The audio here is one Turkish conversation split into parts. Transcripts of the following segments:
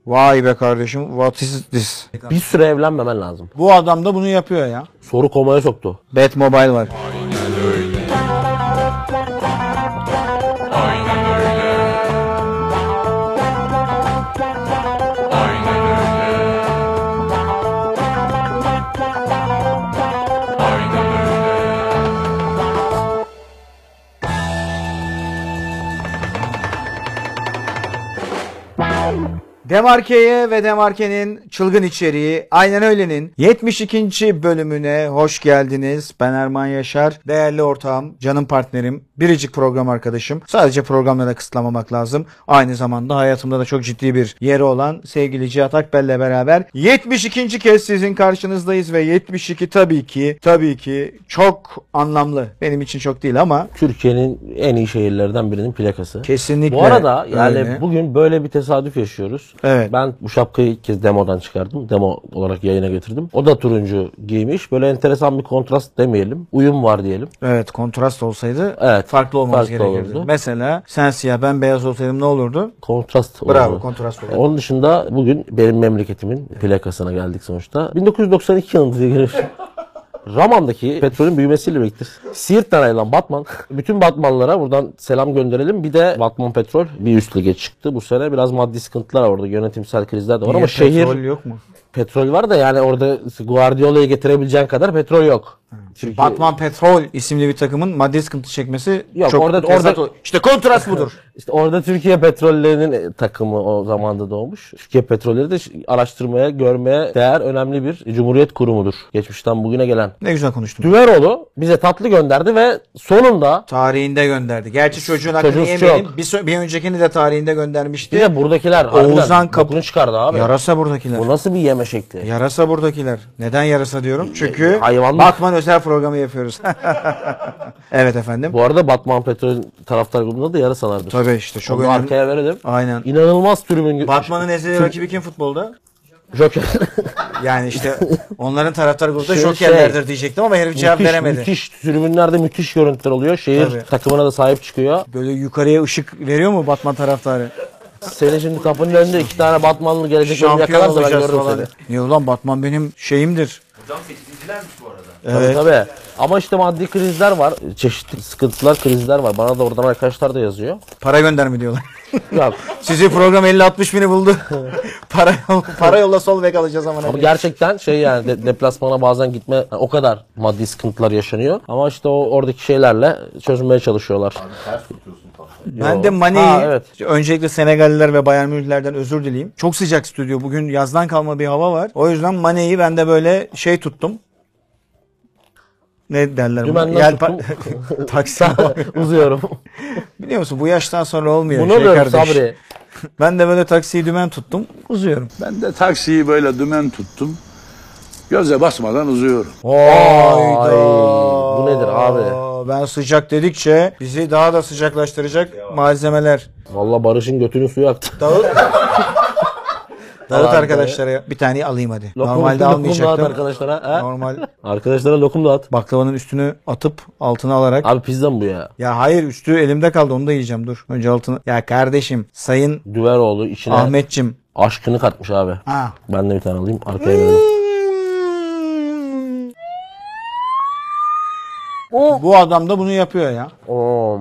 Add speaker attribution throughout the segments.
Speaker 1: Vay be kardeşim. What is this?
Speaker 2: Bir süre evlenmemen lazım.
Speaker 1: Bu adam da bunu yapıyor ya.
Speaker 2: Soru komaya soktu.
Speaker 1: Batmobile var. Demarke'ye ve Demarke'nin çılgın içeriği Aynen Öyle'nin 72. bölümüne hoş geldiniz. Ben Erman Yaşar, değerli ortağım, canım partnerim, biricik program arkadaşım. Sadece programlara kısıtlamamak lazım. Aynı zamanda hayatımda da çok ciddi bir yeri olan sevgili Cihat Akbel'le beraber 72. kez sizin karşınızdayız ve 72 tabii ki çok anlamlı. Benim için çok değil ama
Speaker 2: Türkiye'nin en iyi şehirlerden birinin plakası.
Speaker 1: kesinlikle.
Speaker 2: Bu arada yani
Speaker 1: öyle.
Speaker 2: bugün böyle bir tesadüf yaşıyoruz.
Speaker 1: Evet.
Speaker 2: Ben bu şapkayı ilk kez demodan çıkardım. Demo olarak yayına getirdim. O da turuncu giymiş. Böyle enteresan bir kontrast demeyelim. Uyum var diyelim.
Speaker 1: Evet, kontrast olsaydı
Speaker 2: Evet,
Speaker 1: farklı olmamız
Speaker 2: farklı
Speaker 1: gerekirdi.
Speaker 2: olurdu.
Speaker 1: Mesela sen siyah ben beyaz olsaydım ne olurdu?
Speaker 2: Kontrast
Speaker 1: Bravo,
Speaker 2: oldu.
Speaker 1: kontrast olurdu.
Speaker 2: Onun dışında bugün benim memleketimin plakasına geldik sonuçta. 1992 yılında diye geliyor. Raman'daki petrolün büyümesiyle birlikte Siirt'ten ayrılan Batman, bütün Batmanlara buradan selam gönderelim. Bir de Batman Petrol bir üst lige çıktı. Bu sene biraz maddi sıkıntılar var orada, yönetimsel krizler de var.
Speaker 1: Niye,
Speaker 2: ama şehir
Speaker 1: petrol yok mu?
Speaker 2: petrol var da yani orada Guardiola'yı getirebileceğin kadar petrol yok. Çünkü
Speaker 1: Batman Petrol isimli bir takımın maddi sıkıntı çekmesi
Speaker 2: Yok,
Speaker 1: çok
Speaker 2: orada
Speaker 1: işte kontrast budur.
Speaker 2: İşte orada Türkiye Petrollerinin takımı o zamanda doğmuş. Türkiye Petrolleri de araştırmaya, görmeye değer önemli bir cumhuriyet kurumudur. Geçmişten bugüne gelen.
Speaker 1: Ne güzel konuştun.
Speaker 2: Düveroğlu bize tatlı gönderdi ve sonunda
Speaker 1: Tarihinde gönderdi. Gerçi çocuğun hakkını
Speaker 2: Çocuğu
Speaker 1: yemeyelim.
Speaker 2: yok.
Speaker 1: Bir öncekini de tarihinde göndermişti.
Speaker 2: bir de buradakiler
Speaker 1: Oğuzhan
Speaker 2: kapını çıkardı abi.
Speaker 1: Yarasa buradakiler.
Speaker 2: Bu nasıl bir yeme şekli?
Speaker 1: Yarasa buradakiler. Neden yarasa diyorum? Çünkü
Speaker 2: hayvanlık.
Speaker 1: Batman özel programı yapıyoruz. Evet efendim.
Speaker 2: Bu arada Batman Petrol taraftar grubunda da yarasalardır.
Speaker 1: Tabii işte çok
Speaker 2: Onu
Speaker 1: önemli.
Speaker 2: arkaya verelim.
Speaker 1: Aynen.
Speaker 2: İnanılmaz tribün.
Speaker 1: Batman'ın ezeli rakibi kim futbolda?
Speaker 2: Joker.
Speaker 1: Yani işte onların taraftar grupta
Speaker 2: Şey-
Speaker 1: jokerlerdir diyecektim ama herif cevap veremedi.
Speaker 2: Müthiş tribünlerde müthiş görüntüler oluyor. Şehir
Speaker 1: Tabii.
Speaker 2: takımına da sahip çıkıyor.
Speaker 1: Böyle yukarıya ışık veriyor mu Batman taraftarı?
Speaker 2: Senin şimdi kapının önünde 2 tane Batmanlı gelecek, beni
Speaker 1: Şampiyon
Speaker 2: yakalarsa ben
Speaker 1: olacağız
Speaker 2: görürüm
Speaker 1: falan.
Speaker 2: seni.
Speaker 1: Niye ulan Batman benim şeyimdir.
Speaker 3: Hocam 8.'lermiş bu arada.
Speaker 1: Evet.
Speaker 2: Tabii. Ama işte maddi krizler var. Çeşitli sıkıntılar, krizler var. Bana da oradan arkadaşlar da yazıyor.
Speaker 1: Para gönderme diyorlar.
Speaker 2: Yok.
Speaker 1: Sizin program 50-60 bini buldu. para yolla sol bek alacağız ama.
Speaker 2: Ama gerçekten şey yani deplasmana bazen gitme o kadar maddi sıkıntılar yaşanıyor. Ama işte oradaki şeylerle çözmeye çalışıyorlar.
Speaker 1: Ben de Mane'yi öncelikle Senegalliler ve Bayern Münihlerden özür dileyeyim. Çok sıcak stüdyo. Bugün yazdan kalma bir hava var. O yüzden Mane'yi ben de böyle şey tuttum. Ne derler buna?
Speaker 2: Dümenle tuttum.
Speaker 1: Taksi.
Speaker 2: Uzuyorum.
Speaker 1: Biliyor musun bu yaştan sonra olmuyor.
Speaker 2: Bunu diyorum
Speaker 1: kardeş.
Speaker 2: Sabri.
Speaker 1: Ben de böyle taksiyi dümen tuttum. Uzuyorum.
Speaker 4: Ben de taksiyi böyle dümen tuttum. Göze basmadan uzuyorum.
Speaker 1: Hayda.
Speaker 2: Bu nedir abi?
Speaker 1: Ben sıcak dedikçe bizi daha da sıcaklaştıracak malzemeler.
Speaker 2: Vallahi Barış'ın götünü suyu aktı.
Speaker 1: Dağıt. Dağıt
Speaker 2: Al abi.
Speaker 1: arkadaşlara. Bir tane alayım hadi.
Speaker 2: Lokum
Speaker 1: Normalde
Speaker 2: dağıt
Speaker 1: almayacaktım.
Speaker 2: arkadaşlara. Ha?
Speaker 1: Normal.
Speaker 2: Arkadaşlara lokum dağıt.
Speaker 1: Baklavanın üstünü atıp altına alarak.
Speaker 2: Abi pizza mı bu ya?
Speaker 1: Ya hayır üstü elimde kaldı onu da yiyeceğim dur. Önce altını. Ya kardeşim Sayın
Speaker 2: Düveroğlu içine
Speaker 1: Ahmetçim.
Speaker 2: aşkını katmış abi.
Speaker 1: Ha.
Speaker 2: Ben de bir tane alayım. Arkaya verelim.
Speaker 1: Bu adam da bunu yapıyor ya.
Speaker 2: Oo.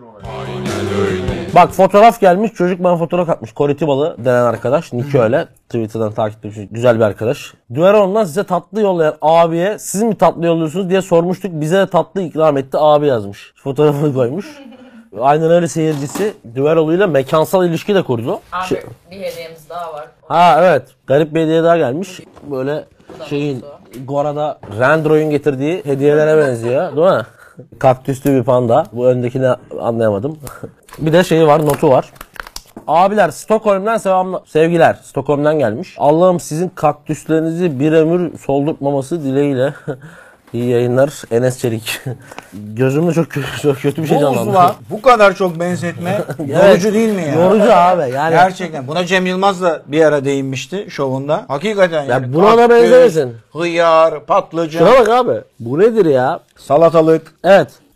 Speaker 2: Bak fotoğraf gelmiş. Çocuk bana fotoğraf atmış. Koritibalı denen arkadaş. Niki öyle. Twitter'dan takip etmiş. Güzel bir arkadaş. Düveroğlu'ndan size tatlı yollayan abiye siz mi tatlı yolluyorsunuz diye sormuştuk. Bize de tatlı ikram etti. Abi yazmış. Fotoğrafını koymuş. Aynen öyle seyircisi Düveroğlu'yla mekansal ilişki de kurdu.
Speaker 5: Abi bir hediyemiz daha var.
Speaker 2: Ha evet. Garip bir hediye daha gelmiş. Böyle şeyin Gora'da Randroid'un getirdiği hediyelere benziyor. Değil mi? Kaktüslü bir panda. Bu öndekini anlayamadım. Bir de şeyi var, notu var. Abiler Stockholm'dan sevgiler. Stockholm'dan gelmiş. Allah'ım sizin kaktüslerinizi bir ömür soldurtmaması dileğiyle. İyi yayınlar Enes Çelik. Gözümde çok kötü bir şey canlandı.
Speaker 1: Buzla bu kadar çok benzetme yorucu değil mi ya?
Speaker 2: Yorucu abi yani.
Speaker 1: Gerçekten. Buna Cem Yılmaz da bir ara değinmişti şovunda. Hakikaten yani.
Speaker 2: buna da
Speaker 1: Kaktüs,
Speaker 2: benzemesin.
Speaker 1: Hıyar, patlıcan,
Speaker 2: Şuna bak abi. Bu nedir ya?
Speaker 1: salatalık.
Speaker 2: Evet.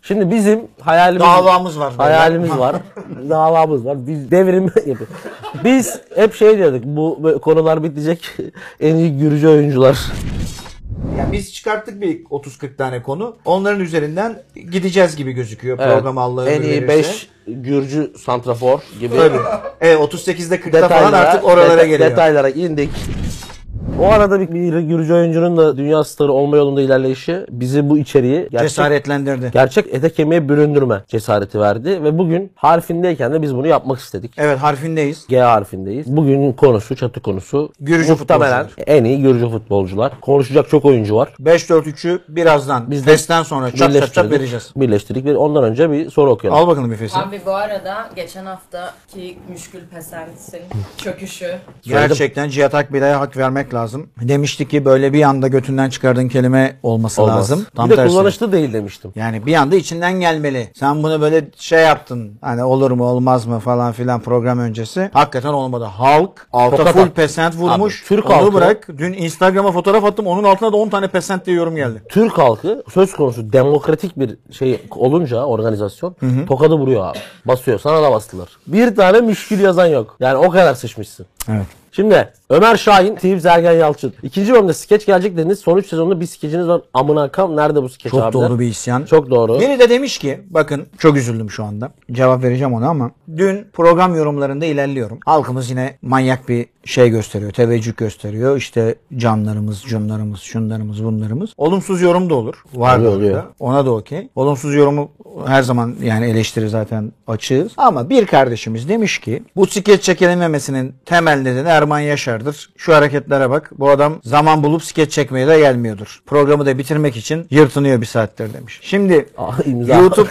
Speaker 2: Şimdi bizim hayalimiz
Speaker 1: Davamız var.
Speaker 2: Hayalimiz var. Davamız var. Biz devrim yapıyoruz. Biz hep şey diyorduk. Bu konular bitecek. En iyi Gürcü oyuncular.
Speaker 1: Yani biz çıkarttık bir 30-40 tane konu. Onların üzerinden gideceğiz gibi gözüküyor program Allah
Speaker 2: En
Speaker 1: ömür
Speaker 2: iyi
Speaker 1: verirse.
Speaker 2: 5 Gürcü santrafor gibi.
Speaker 1: Tabii. Evet 38'de 40'ta falan artık oralara geliyor.
Speaker 2: Detaylara indik. O arada bir Gürcü oyuncunun da dünya starı olma yolunda ilerleyişi bizi bu içeriği
Speaker 1: Cesaretlendirdi.
Speaker 2: gerçek ete kemiğe büründürme cesareti verdi ve bugün harfindeyken de biz bunu yapmak istedik.
Speaker 1: Evet harfindeyiz.
Speaker 2: G harfindeyiz. Bugün konusu, çatı konusu.
Speaker 1: Gürcü
Speaker 2: muhtemelen
Speaker 1: futbolcular.
Speaker 2: en iyi Gürcü futbolcular. Konuşacak çok oyuncu var.
Speaker 1: 5-4-3'ü birazdan
Speaker 2: Biz de
Speaker 1: festen sonra çat çat vereceğiz.
Speaker 2: Birleştirdik ve ondan önce bir soru okuyalım.
Speaker 1: Al bakalım bir fesi.
Speaker 5: Abi bu arada geçen haftaki Müşkül Pesent'in çöküşü.
Speaker 1: Gerçekten Cihat Akbil'e hak vermek lazım. Demiştik ki böyle bir anda götünden çıkardığın kelime olması
Speaker 2: Olmaz.
Speaker 1: lazım. Tam
Speaker 2: Bir de
Speaker 1: tersi.
Speaker 2: kullanışlı değil demiştim.
Speaker 1: Yani bir anda içinden gelmeli. Sen bunu böyle şey yaptın. Hani olur mu olmaz mı falan filan program öncesi. Hakikaten olmadı. Halk alta
Speaker 2: Tokat
Speaker 1: full
Speaker 2: attı.
Speaker 1: pesent vurmuş.
Speaker 2: Abi, Türk
Speaker 1: Onu
Speaker 2: halkı-
Speaker 1: bırak. Dün Instagram'a fotoğraf attım. Onun altına da 10 tane pesent diye yorum geldi.
Speaker 2: Türk halkı söz konusu demokratik bir şey olunca organizasyon tokadı vuruyor abi. Basıyor. Sana da bastılar. Bir tane müşkül yazan yok. Yani o kadar sıçmışsın.
Speaker 1: Evet.
Speaker 2: Şimdi Ömer Şahin, Steve Sergen Yalçın. İkinci bölümde skeç gelecek dediniz. Son 3 sezonda bir skeciniz var. Amına kam nerede bu skeç
Speaker 1: Çok
Speaker 2: abiler?
Speaker 1: doğru bir isyan.
Speaker 2: Çok doğru.
Speaker 1: Biri de demiş ki bakın çok üzüldüm şu anda. Cevap vereceğim ona ama dün program yorumlarında ilerliyorum. Halkımız yine manyak bir şey gösteriyor. Teveccüh gösteriyor. İşte canlarımız, cunlarımız, şunlarımız, bunlarımız. Olumsuz yorum da olur. Var da
Speaker 2: Oluyor.
Speaker 1: orada. Ona da okey. Olumsuz yorumu her zaman yani eleştiri zaten açığız. Ama bir kardeşimiz demiş ki bu skeç çekilememesinin temel nedeni Erman Yaşar'dır. Şu hareketlere bak. Bu adam zaman bulup skeç çekmeye de gelmiyordur. Programı da bitirmek için yırtınıyor bir saattir demiş. Şimdi
Speaker 2: İmza.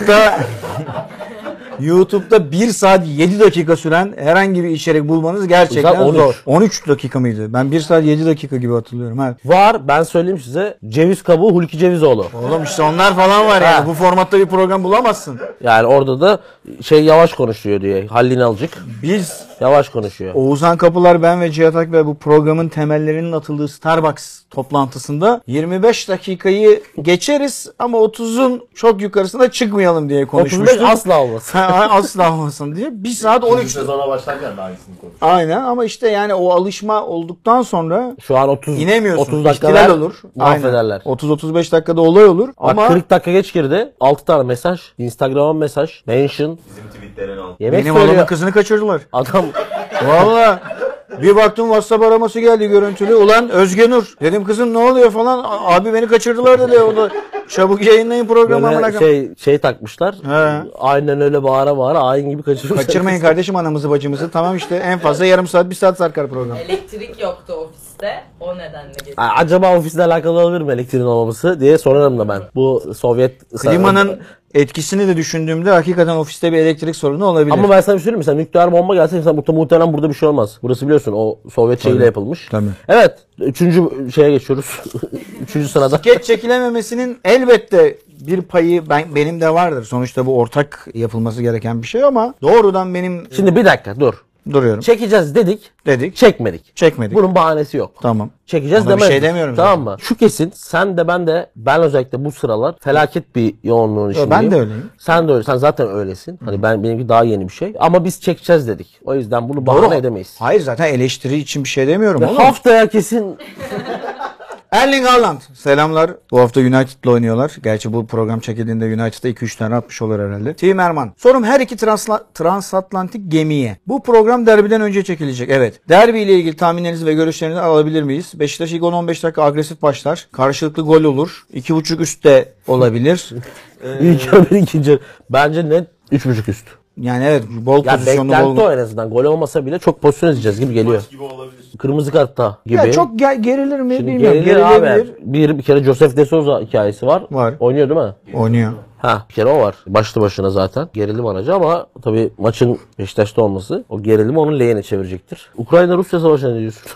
Speaker 1: YouTube'da 1 saat 7 dakika süren herhangi bir içerik bulmanız gerçekten
Speaker 2: Güzel, 13.
Speaker 1: zor. 13 dakika mıydı? Ben 1 saat 7 dakika gibi hatırlıyorum. Ha.
Speaker 2: Var, ben söyleyeyim size. Ceviz kabuğu Hulki Cevizoğlu.
Speaker 1: Oğlum işte onlar falan var yani. Bu formatta bir program bulamazsın.
Speaker 2: Yani orada da şey yavaş konuşuyor diye. Hallin Alcık
Speaker 1: Biz
Speaker 2: yavaş konuşuyor.
Speaker 1: Oğuzhan Kapılar, ben ve Cihat Akbel bu programın temellerinin atıldığı Starbucks toplantısında 25 dakikayı geçeriz ama 30'un çok yukarısına çıkmayalım diye
Speaker 2: 35
Speaker 1: konuşmuştuk.
Speaker 2: asla olmasın.
Speaker 1: Asla olmasın diye. 1 saat 13.
Speaker 3: Sezona başlarken de aynısını konuştuk.
Speaker 1: Aynen ama işte yani o alışma olduktan sonra
Speaker 2: Şu an 30
Speaker 1: inemiyorsun.
Speaker 2: 30 dakika
Speaker 1: İhtilal
Speaker 2: ver,
Speaker 1: olur.
Speaker 2: mahvederler.
Speaker 1: 30-35 dakikada olay olur.
Speaker 2: Bak
Speaker 1: Ama
Speaker 2: 40 dakika geç girdi. 6 tane mesaj. Instagram'a mesaj. Mention.
Speaker 3: Bizim tweetlerin altı.
Speaker 2: Yemek
Speaker 1: benim
Speaker 2: söylüyor.
Speaker 1: adamın kızını kaçırdılar.
Speaker 2: Adam
Speaker 1: Valla. Bir baktım WhatsApp araması geldi görüntülü. Ulan Özge Nur. Dedim kızım ne oluyor falan. Abi beni kaçırdılar dedi. O da çabuk yayınlayın programı. amına
Speaker 2: böyle
Speaker 1: koyayım.
Speaker 2: şey takmışlar.
Speaker 1: He.
Speaker 2: Aynen öyle bağıra bağıra ayin gibi kaçırmışlar.
Speaker 1: Kaçırmayın kardeşim anamızı bacımızı. Tamam işte en fazla yarım saat 1 saat sarkar program.
Speaker 5: Elektrik yoktu ofiste. O nedenle geçti.
Speaker 2: Acaba ofisle alakalı olabilir mi elektriğin olmaması diye sorarım da ben. Bu Sovyet
Speaker 1: Klimanın etkisini de düşündüğümde hakikaten ofiste bir elektrik sorunu olabilir.
Speaker 2: ama ben sana bir şey söyleyeyim mi? Sen nükleer bomba gelse mesela muhtemelen burada bir şey olmaz. Burası biliyorsun o Sovyet şeyiyle yapılmış.
Speaker 1: Tabii.
Speaker 2: Evet. 3. şeye geçiyoruz. 3. sırada.
Speaker 1: Skeç çekilememesinin elbette bir payı benim de vardır. Sonuçta bu ortak yapılması gereken bir şey ama doğrudan benim
Speaker 2: Şimdi bir dakika dur.
Speaker 1: duruyorum.
Speaker 2: Çekeceğiz dedik.
Speaker 1: Dedik.
Speaker 2: Çekmedik.
Speaker 1: Çekmedik.
Speaker 2: Bunun bahanesi yok.
Speaker 1: Tamam.
Speaker 2: Çekeceğiz
Speaker 1: Ona bir
Speaker 2: demedik.
Speaker 1: şey demiyorum
Speaker 2: Tamam mı? Şu kesin sen de ben özellikle bu sıralar felaket bir yoğunluğun içindeyim.
Speaker 1: ben de öyleyim.
Speaker 2: Sen de öyle. Sen zaten öylesin. Hani benimki daha yeni bir şey. Ama biz çekeceğiz dedik. O yüzden bunu bahane edemeyiz.
Speaker 1: Hayır zaten eleştiri için bir şey demiyorum
Speaker 2: Ve
Speaker 1: oğlum.
Speaker 2: haftaya kesin
Speaker 1: Erling Haaland. Selamlar. Bu hafta United'la oynuyorlar. Gerçi bu program çekildiğinde United'da 2-3 tane atmış olur herhalde. Team Erman. Sorum her iki transatlantik gemiye. Bu program derbiden önce çekilecek. Evet. Derbi ile ilgili tahminlerinizi ve görüşlerinizi alabilir miyiz? Beşiktaş ilk 10-15 dakika agresif başlar. Karşılıklı gol olur. 2.5 üst de olabilir.
Speaker 2: ilk yarı bir ikinci yarı. Bence net 3.5 üst.
Speaker 1: Yani evet bol
Speaker 2: Ya
Speaker 1: pozisyonlu
Speaker 2: beklenti
Speaker 1: bol.
Speaker 2: o en azından. Gol olmasa bile çok pozisyon izleyeceğiz gibi geliyor.
Speaker 3: Gibi olabilir.
Speaker 2: Kırmızı kartta gibi.
Speaker 1: Ya çok gerilir mi
Speaker 2: Şimdi
Speaker 1: bilmiyorum.
Speaker 2: gerilir abi.
Speaker 1: Gerilebilir.
Speaker 2: Bir kere Josef de Souza hikayesi var.
Speaker 1: Var.
Speaker 2: Oynuyor değil mi?
Speaker 1: Oynuyor.
Speaker 2: Ha bir kere o var. Başlı başına zaten. Gerilim aracı ama tabii maçın Beşiktaş'ta olması o gerilimi onun lehine çevirecektir. Ukrayna-Rusya savaşı ne diyorsun?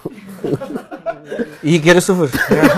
Speaker 1: İlk yarı 0.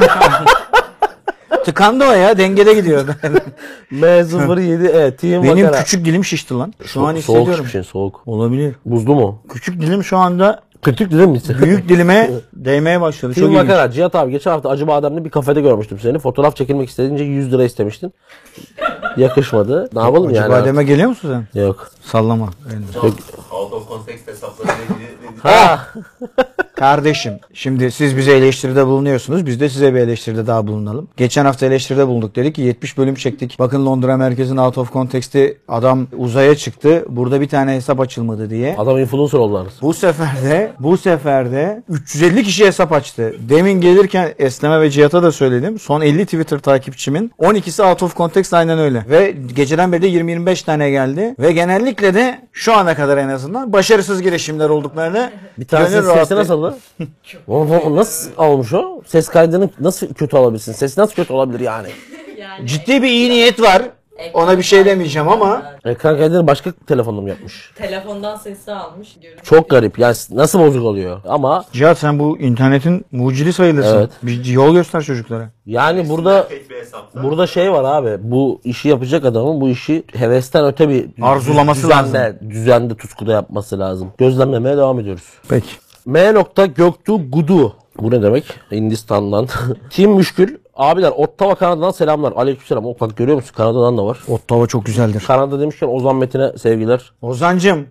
Speaker 1: Tıkandı o ya. Dengede gidiyor.
Speaker 2: M07 evet. Team
Speaker 1: Benim
Speaker 2: Vakara.
Speaker 1: küçük dilim şişti lan. Şu an
Speaker 2: Soğuk
Speaker 1: hissediyorum.
Speaker 2: bir şey soğuk.
Speaker 1: Olabilir.
Speaker 2: Buzlu mu?
Speaker 1: Küçük dilim şu anda
Speaker 2: Küçük dedim mi?
Speaker 1: büyük dilime Değmeye başladı.
Speaker 2: Film
Speaker 1: Çok ilginç.
Speaker 2: makara. Cihat abi geçen hafta Acıbadem'de bir kafede görmüştüm seni. Fotoğraf çekilmek istediğince 100 lira istemiştin. Yakışmadı. Ne yapalım
Speaker 1: Acı
Speaker 2: yani?
Speaker 1: bademe geliyor musun sen?
Speaker 2: Yok.
Speaker 1: Sallama.
Speaker 3: Out of context hesaplarıyla ilgili ne
Speaker 2: Ha.
Speaker 1: Kardeşim, şimdi siz bize eleştiride bulunuyorsunuz. Biz de size bir eleştiride daha bulunalım. Geçen hafta eleştiride bulunduk. Dedik ki 70 bölüm çektik. Bakın Londra merkezin out of context'i adam uzaya çıktı. Burada bir tane hesap açılmadı diye.
Speaker 2: Adam influencer oldular.
Speaker 1: Bu sefer de 350 kişi hesap açtı. Demin gelirken Eslem'e ve Cihat'a da söyledim. Son 50 Twitter takipçimin 12'si out of context, aynen öyle. Ve geceden beri de 20-25 tane geldi. Ve genellikle de şu ana kadar en azından başarısız girişimler olduklarını
Speaker 2: Bir tanesi
Speaker 1: gönül
Speaker 2: sesi
Speaker 1: rahatlığı-
Speaker 2: nasıldı? O nasıl olmuş o? Ses kaydını nasıl kötü alabilirsin? Ses nasıl kötü olabilir yani?
Speaker 5: Yani
Speaker 1: Ciddi bir iyi niyet var. Ona bir şey demeyeceğim ama
Speaker 2: Ekran kaydını başka telefonda mı yapmış?
Speaker 5: telefondan sesi almış. Görüntü.
Speaker 2: Çok garip. Yani nasıl bozuk oluyor? Ama
Speaker 1: Cihat, sen bu internetin mucidi sayılırsın.
Speaker 2: Evet.
Speaker 1: Bir yol göster çocuklara.
Speaker 2: yani burada
Speaker 3: fake bir hesapta.
Speaker 2: burada şey var abi. Bu işi yapacak adamın bu işi hevesten öte bir
Speaker 1: Arzulaması
Speaker 2: düzende, tutkuda yapması lazım. Gözlemlemeye devam ediyoruz.
Speaker 1: Peki.
Speaker 2: M. Göktuğ Gudu. Bu ne demek? Hindistan'dan. Tim Müşkül. Abiler Ottawa Kanada'dan selamlar. Aleykümselam. O bak görüyor musun? Kanada'dan da var.
Speaker 1: Ottawa çok güzeldir.
Speaker 2: Kanada demişken Ozan Metin'e sevgiler.
Speaker 1: Ozancım.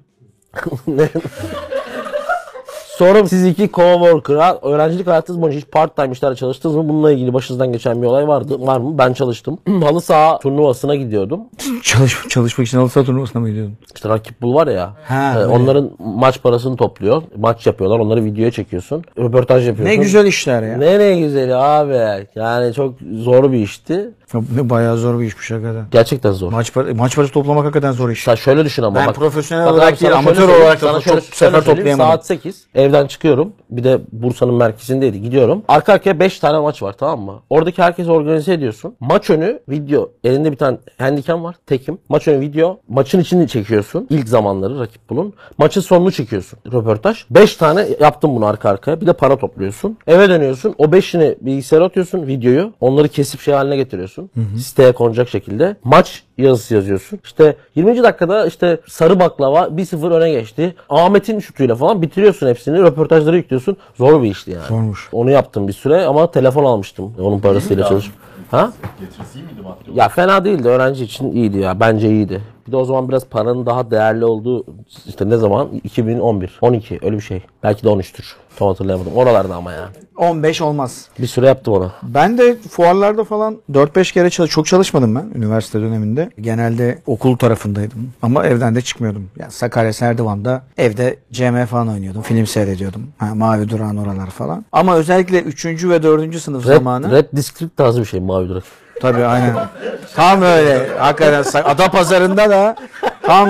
Speaker 2: Sorum, siz iki coworker'a öğrencilik hayatınız boyunca hiç part time işlerde çalıştınız mı? Bununla ilgili başınızdan geçen bir olay var mı? Ben çalıştım. Halı saha turnuvasına gidiyordum.
Speaker 1: Çalışmak için halı saha turnuvasına mı gidiyordun?
Speaker 2: İşte Rakip Bul var ya.
Speaker 1: Ha, öyle.
Speaker 2: Onların maç parasını topluyor. Maç yapıyorlar. Onları videoya çekiyorsun. Röportaj yapıyorsun.
Speaker 1: Ne güzel işler ya.
Speaker 2: Ne güzeli abi. Yani çok zor bir işti.
Speaker 1: Ne bayağı zor bir işmiş hakikaten.
Speaker 2: Gerçekten zor.
Speaker 1: Maç parası toplamak hakikaten zor iş.
Speaker 2: Sen şöyle düşün ama.
Speaker 1: Ben
Speaker 2: bak,
Speaker 1: profesyonel
Speaker 2: bak
Speaker 1: olarak
Speaker 2: abi,
Speaker 1: değil,
Speaker 2: sana
Speaker 1: amatör
Speaker 2: şöyle söyleyeyim,
Speaker 1: olarak da
Speaker 2: sana
Speaker 1: çok
Speaker 2: şöyle
Speaker 1: sefer
Speaker 2: söyleyeyim.
Speaker 1: toplayamadım.
Speaker 2: Saat 8. Evden çıkıyorum. Bir de Bursa'nın merkezindeydi. Gidiyorum. Arka arkaya 5 tane maç var, tamam mı? Oradaki herkesi organize ediyorsun. Maç önü video. Elinde bir tane handicam var. Tekim. Maç önü video. Maçın içini çekiyorsun. İlk zamanları Rakip Bul'un. Maçın sonunu çekiyorsun. Röportaj. 5 tane yaptım bunu arka arkaya. Bir de para topluyorsun. Eve dönüyorsun. O 5'ini bilgisayara atıyorsun videoyu. Onları kesip şey haline getiriyorsun. Siteye konacak şekilde. Maç yazısı yazıyorsun. İşte 20. dakikada işte sarı baklava 1-0 öne geçti. Ahmet'in şutuyla falan bitiriyorsun hepsini. Röportajları yüklüyorsun. Zor bir işti yani.
Speaker 1: Zormuş.
Speaker 2: Onu yaptım bir süre ama telefon almıştım. Onun parasıyla çalışıp. Ha?
Speaker 3: Getirisi iyi miydi maddi?
Speaker 2: Ya fena değildi. Öğrenci için iyiydi ya. Bence iyiydi. Bir de o zaman biraz paranın daha değerli olduğu işte ne zaman? 2011, 12 öyle bir şey. Belki de 13'tür. Tam hatırlayamadım. Oralarda ama ya.
Speaker 1: 15 olmaz.
Speaker 2: Bir süre yaptım onu.
Speaker 1: Ben de fuarlarda falan 4-5 kere çok çalışmadım ben üniversite döneminde. Genelde okul tarafındaydım ama evden de çıkmıyordum. Yani Sakarya Serdivan'da evde CM falan oynuyordum. Film seyrediyordum. Mavi Durağan oralar falan. Ama özellikle 3. ve 4. sınıf zamanı.
Speaker 2: Red District tarzı bir şey Mavi Durak.
Speaker 1: Tabii aynen. Tam öyle. Hakikaten Adapazarı'nda da tam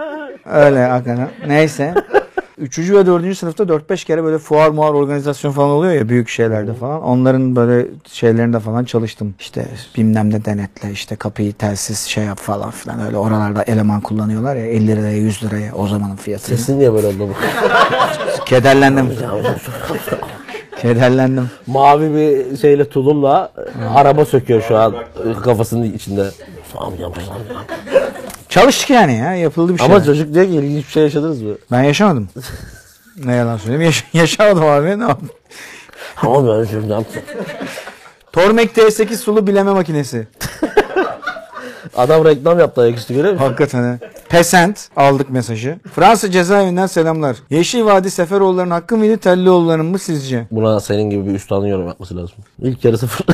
Speaker 1: öyle hakikaten. Neyse. 3. ve 4. sınıfta 4-5 kere böyle fuar organizasyon falan oluyor ya büyük şeylerde falan. Onların böyle şeylerinde falan çalıştım. İşte bilmem ne denetle, işte kapıyı telsiz şey yap falan filan. Öyle oralarda eleman kullanıyorlar ya 50 liraya 100 liraya o zamanın fiyatı.
Speaker 2: Sesin niye böyle oldu bu?
Speaker 1: Kederlendim. Kederlendim.
Speaker 2: Mavi bir şeyle tulumla araba söküyor şu an kafasının içinde.
Speaker 1: Çalıştık yani ya, yapıldı bir şey.
Speaker 2: Ama çocuk diyor ki ilginç bir şey yaşadınız mı?
Speaker 1: Ben yaşamadım. Ne yalan söyleyeyim. Yaşamadım abi. Ne yapayım?
Speaker 2: Ama ben şimdi yaptım.
Speaker 1: Tormek T8 sulu bileme makinesi.
Speaker 2: Adam reklam yaptı ayaküstü, görüyor musun?
Speaker 1: Hakikaten he. Pesent aldık mesajı. Fransa cezaevinden selamlar. Yeşil Vadi Seferoğulları'nın hakkı mıydı, Tellioğulları'nın mı sizce?
Speaker 2: Buna senin gibi bir üstadın yorum yapması lazım. İlk yarı 0.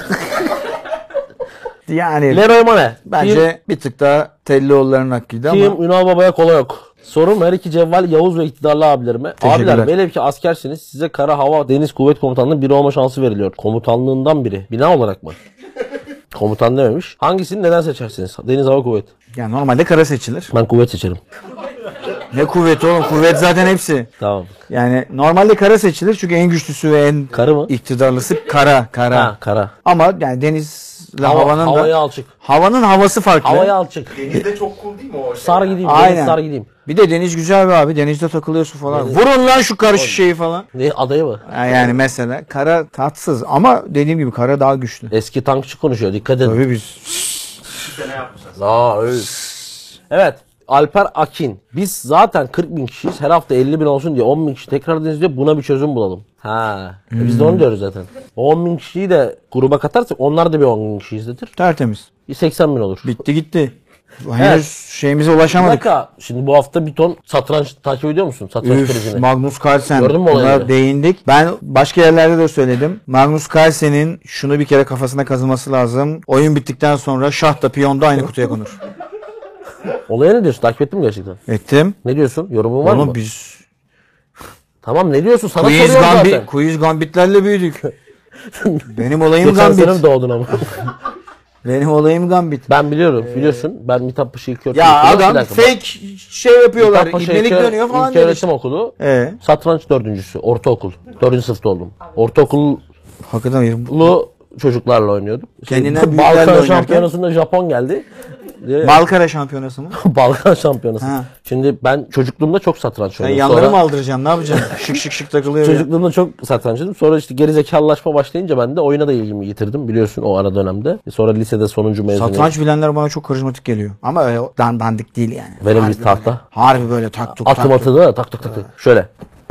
Speaker 1: Yani
Speaker 2: Leroy Mane.
Speaker 1: bence bir tık daha Tellioğulları'nın hakkıydı ama
Speaker 2: Kim Ünal Baba'ya kola yok. Sorum her iki cevval Yavuz ve iktidarlı abilerime.
Speaker 1: Teşekkürler.
Speaker 2: Abiler velev ki askersiniz, size kara, hava, deniz kuvvet komutanlığının biri olma şansı veriliyor. Komutanlığından biri. Bina olarak mı? Komutan dememiş. Hangisini neden seçersiniz? Deniz, hava, kuvvet.
Speaker 1: yani normalde kara seçilir.
Speaker 2: Ben kuvvet seçerim.
Speaker 1: Ne kuvveti oğlum? Kuvvet zaten hepsi.
Speaker 2: Tamam.
Speaker 1: Yani normalde kara seçilir çünkü en güçlüsü ve en
Speaker 2: Karı mı?
Speaker 1: iktidarlısı kara.
Speaker 2: Ha, kara.
Speaker 1: Ama yani denizle havanın
Speaker 2: havaya
Speaker 1: da
Speaker 2: alçık.
Speaker 1: havanın havası farklı.
Speaker 2: Havaya alçık.
Speaker 3: Denizde çok cool değil mi o?
Speaker 2: Sar gideyim.
Speaker 1: Aynen.
Speaker 2: Deniz sar gideyim.
Speaker 1: Bir de deniz güzel be abi. Denizde takılıyorsun falan. Vurun lan şu karşı şeyi falan.
Speaker 2: Ne adayı mı?
Speaker 1: Yani mesela kara tatsız ama dediğim gibi kara daha güçlü.
Speaker 2: Eski tankçı konuşuyor. Dikkat edin.
Speaker 1: Tabii biz.
Speaker 3: 2 sene yapmışlar.
Speaker 2: Aa, öyle. Evet. Alper Akin. Biz zaten 40 bin kişiyiz. Her hafta 50 bin olsun diye 10 bin kişi tekrar izliyor. Buna bir çözüm bulalım. Ha. Biz de onu diyoruz zaten. 10 bin kişiyi de gruba katarsak onlar da bir 10 bin kişi izletir.
Speaker 1: Tertemiz.
Speaker 2: 80 bin olur.
Speaker 1: Bitti gitti. Henüz şeyimize
Speaker 2: Bir
Speaker 1: ulaşamadık.
Speaker 2: dakika. Şimdi bu hafta bir ton satranç takip ediyor musun? Satranç
Speaker 1: Üf,
Speaker 2: krizini.
Speaker 1: Magnus Carlsen.
Speaker 2: Gördün mü
Speaker 1: Buna
Speaker 2: olayları?
Speaker 1: değindik. Ben başka yerlerde de söyledim. Magnus Carlsen'in şunu bir kere kafasına kazıması lazım. Oyun bittikten sonra şah da piyon da aynı kutuya konur.
Speaker 2: Olaya ne diyorsun? Takip ettin mi gerçekten?
Speaker 1: Ettim.
Speaker 2: Ne diyorsun? Yorumun var mı?
Speaker 1: Oğlum biz
Speaker 2: Tamam ne diyorsun? Sana
Speaker 1: quiz,
Speaker 2: soruyorum zaten.
Speaker 1: quiz gambitlerle büyüdük. Benim olayım
Speaker 2: Geçen sene
Speaker 1: gambit.
Speaker 2: mi doğdun ama?
Speaker 1: Benim olayım gambit.
Speaker 2: Ben biliyorum. Biliyorsun. Ben Mithat Paşa ilk öğretim
Speaker 1: Ya
Speaker 2: okulu.
Speaker 1: adam
Speaker 2: Bir dakika,
Speaker 1: fake şey yapıyorlar.
Speaker 2: Mithat Paşa
Speaker 1: İbnelik
Speaker 2: ilk-
Speaker 1: dönüyor falan
Speaker 2: ilk
Speaker 1: diyor
Speaker 2: öğretim
Speaker 1: işte.
Speaker 2: okulu.
Speaker 1: Satranç.
Speaker 2: Satranç 4.'sü. Ortaokul. 4. sınıfta oldum. Ortaokullu
Speaker 1: Hakikaten
Speaker 2: çocuklarla oynuyordum.
Speaker 1: Kendinden
Speaker 2: Balkan
Speaker 1: büyüklerle oynarken-
Speaker 2: şampiyonasında Japon geldi.
Speaker 1: Balkara şampiyonası mı?
Speaker 2: Balkan şampiyonası.
Speaker 1: Ha.
Speaker 2: Şimdi ben çocukluğumda çok satranç
Speaker 1: Sen
Speaker 2: oynadım.
Speaker 1: yanları
Speaker 2: Sonra
Speaker 1: mı aldıracaksın? Ne yapacaksın? Şık şık şık takılıyor ya.
Speaker 2: çocukluğumda çok satranç oynadım. Sonra işte gerizekalılaşma başlayınca ben de oyuna da ilgimi yitirdim. Biliyorsun o ara dönemde. Sonra lisede sonuncu mezuniyet.
Speaker 1: Satranç bilenler bana çok karizmatik geliyor. Ama öyle dandik değil yani.
Speaker 2: Benim
Speaker 1: Harbi
Speaker 2: bir tahta.
Speaker 1: böyle- Harbi böyle tak tuk
Speaker 2: Atım
Speaker 1: tak tuk.
Speaker 2: atı da tak tak tak tak. Şöyle.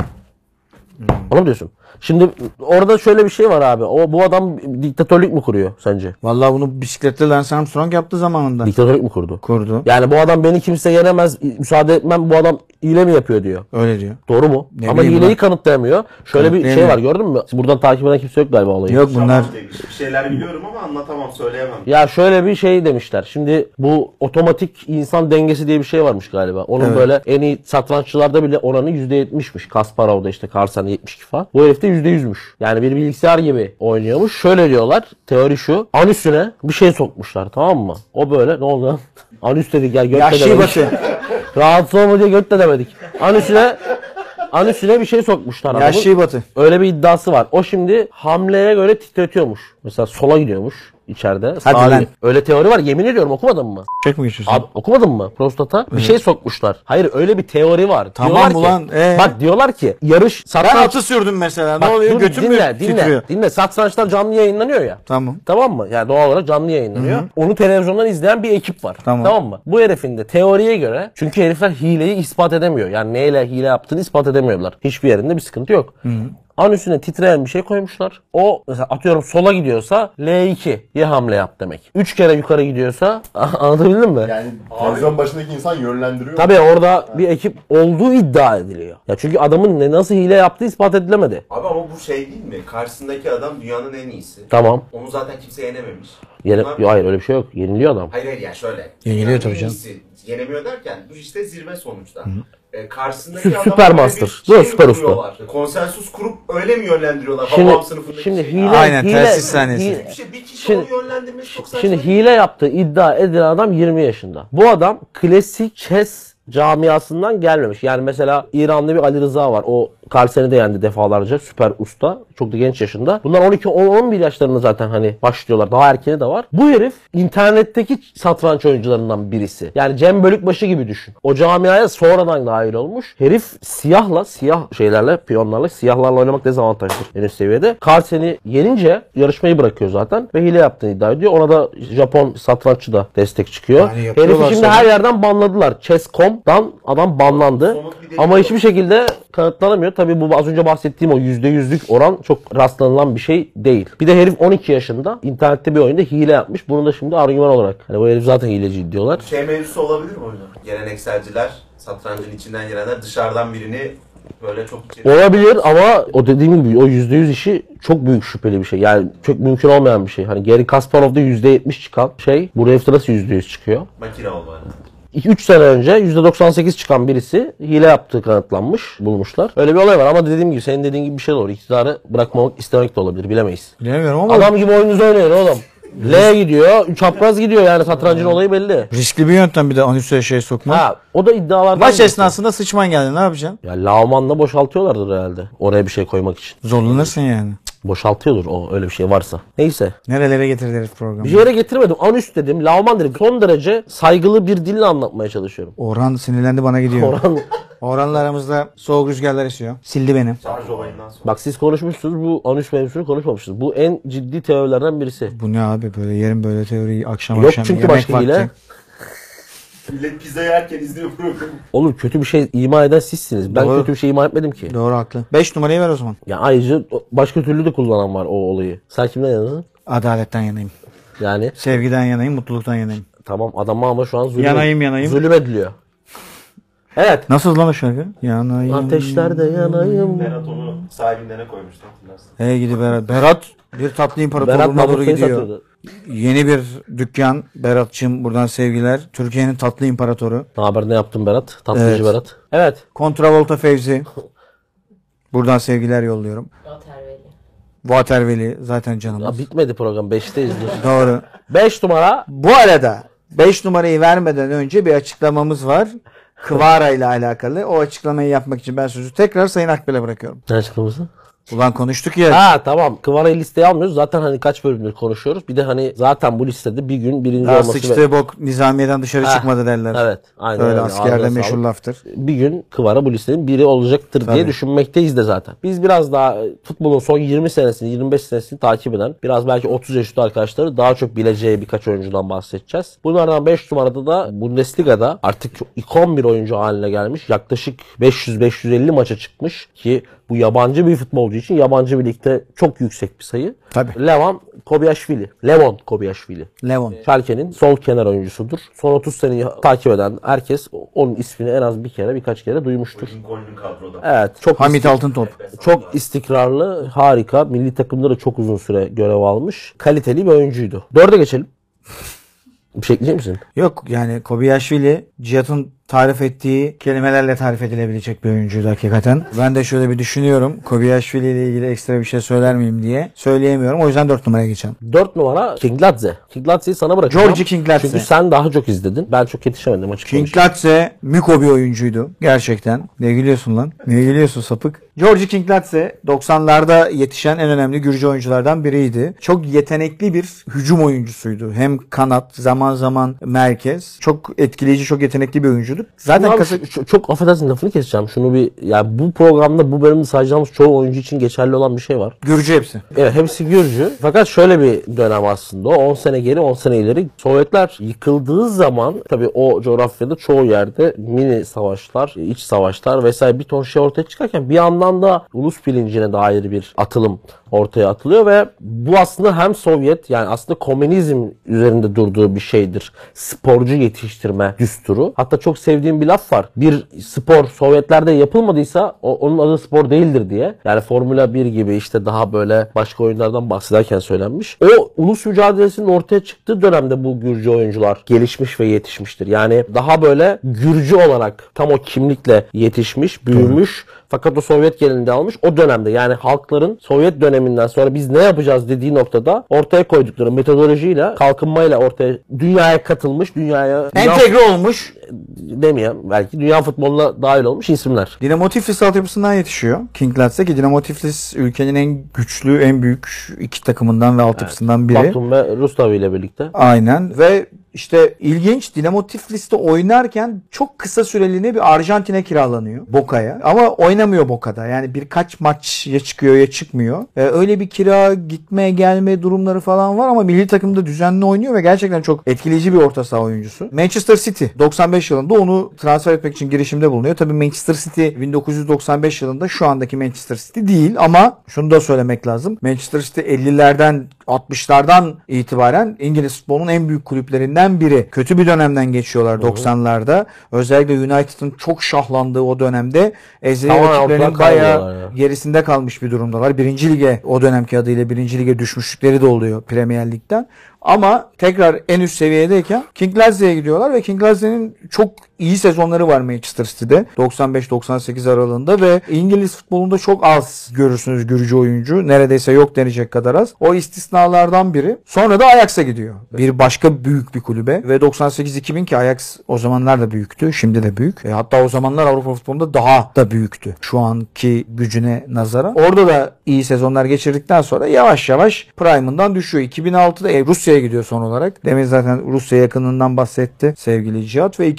Speaker 2: Onu mu diyorsun? Şimdi orada şöyle bir şey var abi. Bu adam diktatörlük mü kuruyor sence?
Speaker 1: Vallahi bunu bisikletle Lance Armstrong yaptı zamanında.
Speaker 2: Diktatörlük mü kurdu?
Speaker 1: Kurdu.
Speaker 2: Yani bu adam beni kimse yenemez, müsaade etmem, bu adam hile mi yapıyor diyor.
Speaker 1: Öyle diyor.
Speaker 2: Doğru mu?
Speaker 1: Ne
Speaker 2: Ama
Speaker 1: bileyim
Speaker 2: hileyi
Speaker 1: ben.
Speaker 2: kanıtlayamıyor. Şöyle bir şey
Speaker 1: Kanıtlayamıyor.
Speaker 2: var gördün mü? Buradan takip eden kimse yok galiba olayı.
Speaker 1: Yok bunlar
Speaker 3: Şaman demiş. Bir şeyler biliyorum ama anlatamam, söyleyemem.
Speaker 2: Ya şöyle bir şey demişler. Şimdi bu otomatik insan dengesi diye bir şey varmış galiba. Onun böyle en iyi satranççılarda bile oranı %70'miş. Kasparov'da işte Carlsen'de 72 falan. Bu herif de %100'müş. Yani bir bilgisayar gibi oynuyormuş. Şöyle diyorlar. Teori şu. Anüsüne bir şey sokmuşlar, tamam mı? O böyle ne oldu lan? Anüs dedik ya, göt de
Speaker 1: yaşlı
Speaker 2: demedik.
Speaker 1: batı.
Speaker 2: Rahatsız olma diye göt de demedik. Anüsüne bir şey sokmuşlar. adamın.
Speaker 1: Yaşlı batı.
Speaker 2: Öyle bir iddiası var. O şimdi hamleye göre titretiyormuş. Mesela sola gidiyormuş içeride.
Speaker 1: Hadi
Speaker 2: sağa
Speaker 1: lan.
Speaker 2: gidiyor. Öyle teori var, yemin ediyorum, okumadın mı?
Speaker 1: Çek mi geçiyorsun?
Speaker 2: Abi okumadın mı? Prostata bir şey sokmuşlar. Hayır, öyle bir teori var.
Speaker 1: Tamam
Speaker 2: Diyorlar ki-
Speaker 1: ulan,
Speaker 2: Bak diyorlar ki yarış
Speaker 1: Ben
Speaker 2: satranç...
Speaker 1: atı sürdüm mesela. Ne
Speaker 2: Bak,
Speaker 1: oluyor?
Speaker 2: dur,
Speaker 1: Götüm mü titriyor?
Speaker 2: dinle. Satrançlar canlı yayınlanıyor ya.
Speaker 1: Tamam.
Speaker 2: Tamam mı? Yani doğal olarak canlı yayınlanıyor. Onu televizyondan izleyen bir ekip var.
Speaker 1: Tamam.
Speaker 2: Mı? Bu herifin de teoriye göre, çünkü herifler hileyi ispat edemiyor. Yani neyle hile yaptığını ispat edemiyorlar. Hiçbir yerinde bir sıkıntı yok. Anüsüne titreyen bir şey koymuşlar. O mesela atıyorum sola gidiyorsa L2'ye hamle yap demek. 3 kere yukarı gidiyorsa anlatabildim mi?
Speaker 3: Yani televizyon başındaki insan yönlendiriyor.
Speaker 2: Tabii orada bir ekip olduğu iddia ediliyor. Ya çünkü adamın nasıl hile yaptığı ispat edilemedi.
Speaker 3: Abi ama bu şey değil mi? Karşısındaki adam dünyanın en iyisi.
Speaker 2: Tamam.
Speaker 3: Onu zaten kimse yenememiş.
Speaker 2: Hayır öyle bir şey yok. Yeniliyor adam.
Speaker 3: Hayır ya şöyle.
Speaker 1: Yeniliyor
Speaker 3: Dünyanın
Speaker 1: tabii
Speaker 3: en
Speaker 1: canım.
Speaker 3: iyisi. Yenemiyor derken bu işte zirve sonuçta. Karşısındaki
Speaker 2: Süper
Speaker 3: adama böyle
Speaker 2: master.
Speaker 3: bir
Speaker 2: Değil mi?
Speaker 3: mi
Speaker 2: Süper usta.
Speaker 3: kuruyorlar? Konsensus kurup öyle mi yönlendiriyorlar?
Speaker 2: Şimdi,
Speaker 3: Habab sınıfındaki
Speaker 2: şimdi
Speaker 3: şey.
Speaker 2: hile,
Speaker 1: Aynen, telsiz sahnesi.
Speaker 3: Bir kişi
Speaker 2: Şimdi-
Speaker 3: onu yönlendirmesi çok saçma.
Speaker 2: Şimdi hile yaptığı iddia edilen adam 20 yaşında. Bu adam klasik chess camiasından gelmemiş. Yani mesela İranlı bir Ali Rıza var. O Carlsen'i de yendi defalarca. Süper usta. Çok da genç yaşında. Bunlar 12-11 yaşlarında zaten hani başlıyorlar. Daha erkeni de var. Bu herif internetteki satranç oyuncularından birisi. Yani Cem Bölükbaşı gibi düşün. O camiaya sonradan dahil olmuş. Herif siyah şeylerle, piyonlarla, siyahlarla oynamak dezavantajlıdır en üst seviyede. Carlsen'i yenince yarışmayı bırakıyor zaten ve hile yaptığını iddia ediyor. Ona da Japon satranççı da destek çıkıyor.
Speaker 1: Yani yapıyorlar
Speaker 2: Herifi şimdi
Speaker 1: sonra.
Speaker 2: her yerden banladılar. Chess.com'dan adam banlandı.
Speaker 3: Somut bir delil
Speaker 2: Ama
Speaker 3: yok.
Speaker 2: hiçbir şekilde kanıtlanamıyor. Tabii bu az önce bahsettiğim o %100'lük oran çok rastlanılan bir şey değil. Bir de herif 12 yaşında internette bir oyunda hile yapmış. Bunu da şimdi argüman olarak. Hani bu herif zaten hileci diyorlar.
Speaker 3: Şey mevzusu olabilir mi hocam? Gelenekselciler, satrancın içinden gelenler dışarıdan birini böyle çok içeri...
Speaker 2: Olabilir ama o dediğim gibi o %100 işi çok büyük şüpheli bir şey. Yani çok mümkün olmayan bir şey. Hani Garry Kasparov'da %70 çıkan şey bu herifte nasıl %100 çıkıyor?
Speaker 3: Makine oldu yani.
Speaker 2: 3 sene önce %98 çıkan birisi hile yaptığı kanıtlanmış, bulmuşlar. Öyle bir olay var ama dediğim gibi senin dediğin gibi bir şey de olur. İktidarı bırakmamak istemek de olabilir, bilemeyiz.
Speaker 1: Bilemiyorum ama
Speaker 2: Adam gibi oyununuzu oynayın oğlum. L gidiyor, çapraz gidiyor yani satrancın olayı belli.
Speaker 1: riskli bir yöntem bir de anüse şey sokmak.
Speaker 2: Ha, o da iddialardan
Speaker 1: Maç
Speaker 2: birisi.
Speaker 1: esnasında sıçman geldi, ne yapacaksın?
Speaker 2: Ya Lauman'la boşaltıyorlardır herhalde. Oraya bir şey koymak için.
Speaker 1: Zorlanırsın yani.
Speaker 2: Boşaltıyordur o öyle bir şey varsa. Neyse.
Speaker 1: Nerelere getirdi herif programı?
Speaker 2: Bir yere getirmedim. Anüs dedim, Lauman dedim. Son derece saygılı bir dille anlatmaya çalışıyorum.
Speaker 1: Orhan sinirlendi, bana gidiyor.
Speaker 2: Orhan,
Speaker 1: Orhan'la aramızda soğuk rüzgarlar esiyor. Sildi beni.
Speaker 3: Şarj olayından sonra.
Speaker 2: bak siz konuşmuşsunuz, bu Anüs mevzusunu konuşmamışsınız. Bu en ciddi teorilerden birisi.
Speaker 1: Bu ne abi, böyle yerin böyle teoriyi akşam
Speaker 2: Yok
Speaker 1: akşam
Speaker 2: çünkü
Speaker 1: yemek
Speaker 2: başka
Speaker 1: vakti.
Speaker 2: hile.
Speaker 3: Millet pizza yerken izliyor programı.
Speaker 2: Oğlum kötü bir şey ima eden sizsiniz. Ben
Speaker 1: Doğru.
Speaker 2: kötü bir şey ima etmedim ki.
Speaker 1: Doğru, haklı. 5 numarayı ver o zaman.
Speaker 2: Ya ayrıca başka türlü de kullanan var o olayı. Sen kimden yanasın?
Speaker 1: Adaletten yanayım.
Speaker 2: Yani
Speaker 1: Sevgiden yanayım, mutluluktan yanayım.
Speaker 2: tamam adama ama şu an
Speaker 1: Yanayım.
Speaker 2: zulüm ediliyor. Evet.
Speaker 1: Nasıl lan o şarkı? Yanayım.
Speaker 2: Ateşlerde yanayım.
Speaker 3: Berat onu sahibinden koymuştu hatırlarsın.
Speaker 1: Hey gidi Berat. Berat bir tatlı
Speaker 2: Berat
Speaker 1: imparatorluğuna doğru
Speaker 2: Mahmut'u
Speaker 1: gidiyor.
Speaker 2: satıyordu.
Speaker 1: Yeni bir dükkan. Berat'cığım buradan sevgiler. Türkiye'nin tatlı imparatoru.
Speaker 2: Ne haber, ne yaptın Berat? Tatlıcı
Speaker 1: Evet.
Speaker 2: Berat. Evet.
Speaker 1: Kontravolta Fevzi. Buradan sevgiler yolluyorum.
Speaker 5: Oterveli.
Speaker 1: Waterveli zaten
Speaker 2: Ya
Speaker 1: canımız.
Speaker 2: bitmedi program. 5'teyiz.
Speaker 1: Doğru.
Speaker 2: 5 numara.
Speaker 1: Bu arada 5 numarayı vermeden önce bir açıklamamız var. Kıvara ile alakalı. O açıklamayı yapmak için ben sözü tekrar Sayın Akbel'e bırakıyorum.
Speaker 2: Ne açıklaması?
Speaker 1: Ulan konuştuk ya.
Speaker 2: Ha tamam. Kıvara'yı listeye almıyoruz. Zaten hani kaç bölümdür konuşuyoruz. Bir de hani zaten bu listede bir gün birinci
Speaker 1: Daha
Speaker 2: olması
Speaker 1: sıçtığı bok nizamiyeden dışarı çıkmadı derler.
Speaker 2: Evet. Aynen
Speaker 1: Öyle
Speaker 2: öyle.
Speaker 1: askerde
Speaker 2: Ağzına
Speaker 1: meşhur
Speaker 2: sağlık.
Speaker 1: laftır.
Speaker 2: Bir gün Kıvara bu listenin biri olacaktır diye
Speaker 1: Tabii.
Speaker 2: düşünmekteyiz de zaten. Biz biraz daha futbolun son 20 senesini, 25 senesini takip eden, biraz belki 30 yaş üstü arkadaşları daha çok bileceği birkaç oyuncudan bahsedeceğiz. Bunlardan 5 numarada da Bundesliga'da artık ikon bir oyuncu haline gelmiş. Yaklaşık 500-550 maça çıkmış ki bu yabancı bir futbolcu için yabancı bir ligde çok yüksek bir sayı.
Speaker 1: Tabii.
Speaker 2: Levon Kobiaşvili.
Speaker 1: Levon.
Speaker 2: Schalke'nin sol kenar oyuncusudur. Son 30 seneyi takip eden herkes onun ismini en az birkaç kere duymuştur.
Speaker 3: Lincoln'un kadroda.
Speaker 2: Evet, çok
Speaker 1: Hamit Altıntop.
Speaker 2: çok istikrarlı, harika. Milli takımda da çok uzun süre görev almış. Kaliteli bir oyuncuydu. 4'e geçelim. Bir şey ekleyecek misin?
Speaker 1: Yok yani Kobiaşvili Cihat'ın tarif ettiği kelimelerle tarif edilebilecek bir oyuncuydu hakikaten. Ben de şöyle bir düşünüyorum. Kobiaşvili ile ilgili ekstra bir şey söyler miyim diye. Söyleyemiyorum. O yüzden 4 numaraya geçelim.
Speaker 2: 4 numara Kingladze. Kingladze'yi sana bırakacağım.
Speaker 1: Georgi Kingladze.
Speaker 2: Çünkü sen daha çok izledin. Ben çok yetişemedim açık konuşayım.
Speaker 1: Kingladze miko bir oyuncuydu. Gerçekten. Ne gülüyorsun lan? Ne gülüyorsun sapık? Georgi Kingladze 90'larda yetişen en önemli Gürcü oyunculardan biriydi. Çok yetenekli bir hücum oyuncusuydu. Hem kanat, zaman zaman merkez. Çok etkileyici, çok yetenekli bir oyuncuydu. Zaten
Speaker 2: Abi, çok affedersin lafını keseceğim. Şunu bir, yani bu programda bu bölümde sayacağımız çoğu oyuncu için geçerli olan bir şey var.
Speaker 1: Gürcü hepsi.
Speaker 2: Evet, hepsi Gürcü. Fakat şöyle bir dönem aslında o. 10 sene geri 10 sene ileri. Sovyetler yıkıldığı zaman tabii o coğrafyada çoğu yerde mini savaşlar, iç savaşlar vesaire bir ton şey ortaya çıkarken bir yandan da ulus bilincine dair bir atılım ortaya atılıyor ve bu aslında hem Sovyet, yani aslında komünizm üzerinde durduğu bir şeydir. Sporcu yetiştirme düsturu. Hatta çok sevdiğim bir laf var. Bir spor Sovyetlerde yapılmadıysa onun adı spor değildir diye. Yani Formula 1 gibi işte daha böyle başka oyunlardan bahsederken söylenmiş. O ulus mücadelesinin ortaya çıktığı dönemde bu Gürcü oyuncular gelişmiş ve yetişmiştir. Yani daha böyle Gürcü olarak tam o kimlikle yetişmiş, büyümüş. Fakat o Sovyet geleneğini almış. O dönemde yani halkların Sovyet döneminden sonra biz ne yapacağız dediği noktada ortaya koydukları metodolojiyle, kalkınmayla ortaya dünyaya katılmış,
Speaker 1: Entegre olmuş.
Speaker 2: demeyeyim belki dünya futboluna dahil olmuş isimler.
Speaker 1: Dinamo Tiflis altyapısından yetişiyor. Kingladze ki Dinamo Tiflis ülkenin en güçlü, en büyük iki takımından ve altyapısından biri.
Speaker 2: Batum ve Rustavi ile birlikte.
Speaker 1: Aynen ve işte ilginç, Dinamo Tiflis'te oynarken çok kısa süreliğine bir Arjantin'e kiralanıyor, Boca'ya. Ama oynamıyor Boca'da. Yani birkaç maç ya çıkıyor ya çıkmıyor. Öyle bir kira, gitme gelme durumları falan var ama milli takımda düzenli oynuyor ve gerçekten çok etkileyici bir orta saha oyuncusu. Manchester City 95 yılında onu transfer etmek için girişimde bulunuyor. Tabii Manchester City 1995 yılında şu andaki Manchester City değil ama şunu da söylemek lazım. Manchester City 50'lerden 60'lardan itibaren İngiliz futbolunun en büyük kulüplerinden biri. Kötü bir dönemden geçiyorlar 90'larda. Özellikle United'ın çok şahlandığı o dönemde ezeli rakiplerinin bayağı gerisinde kalmış bir durumdalar. Birinci lige, o dönemki adıyla birinci lige düşmüşlükleri de oluyor Premier Lig'den. Ama tekrar en üst seviyedeyken Kingladze'ye gidiyorlar ve Kingladze'nin çok iyi sezonları var Manchester City'de 95-98 aralığında ve İngiliz futbolunda çok az görürsünüz Gürcü oyuncu. Neredeyse yok denecek kadar az. O istisnalardan biri. Sonra da Ajax'a gidiyor. Bir başka büyük bir kulübe ve 98-2000 ki Ajax o zamanlar da büyüktü. Şimdi de büyük. Hatta o zamanlar Avrupa futbolunda daha da büyüktü. Şu anki gücüne nazaran. Orada da iyi sezonlar geçirdikten sonra yavaş yavaş prime'ından düşüyor. 2006'da Rusya'ya gidiyor son olarak. Demin zaten Rusya yakınından bahsetti sevgili Cihat ve 2006'da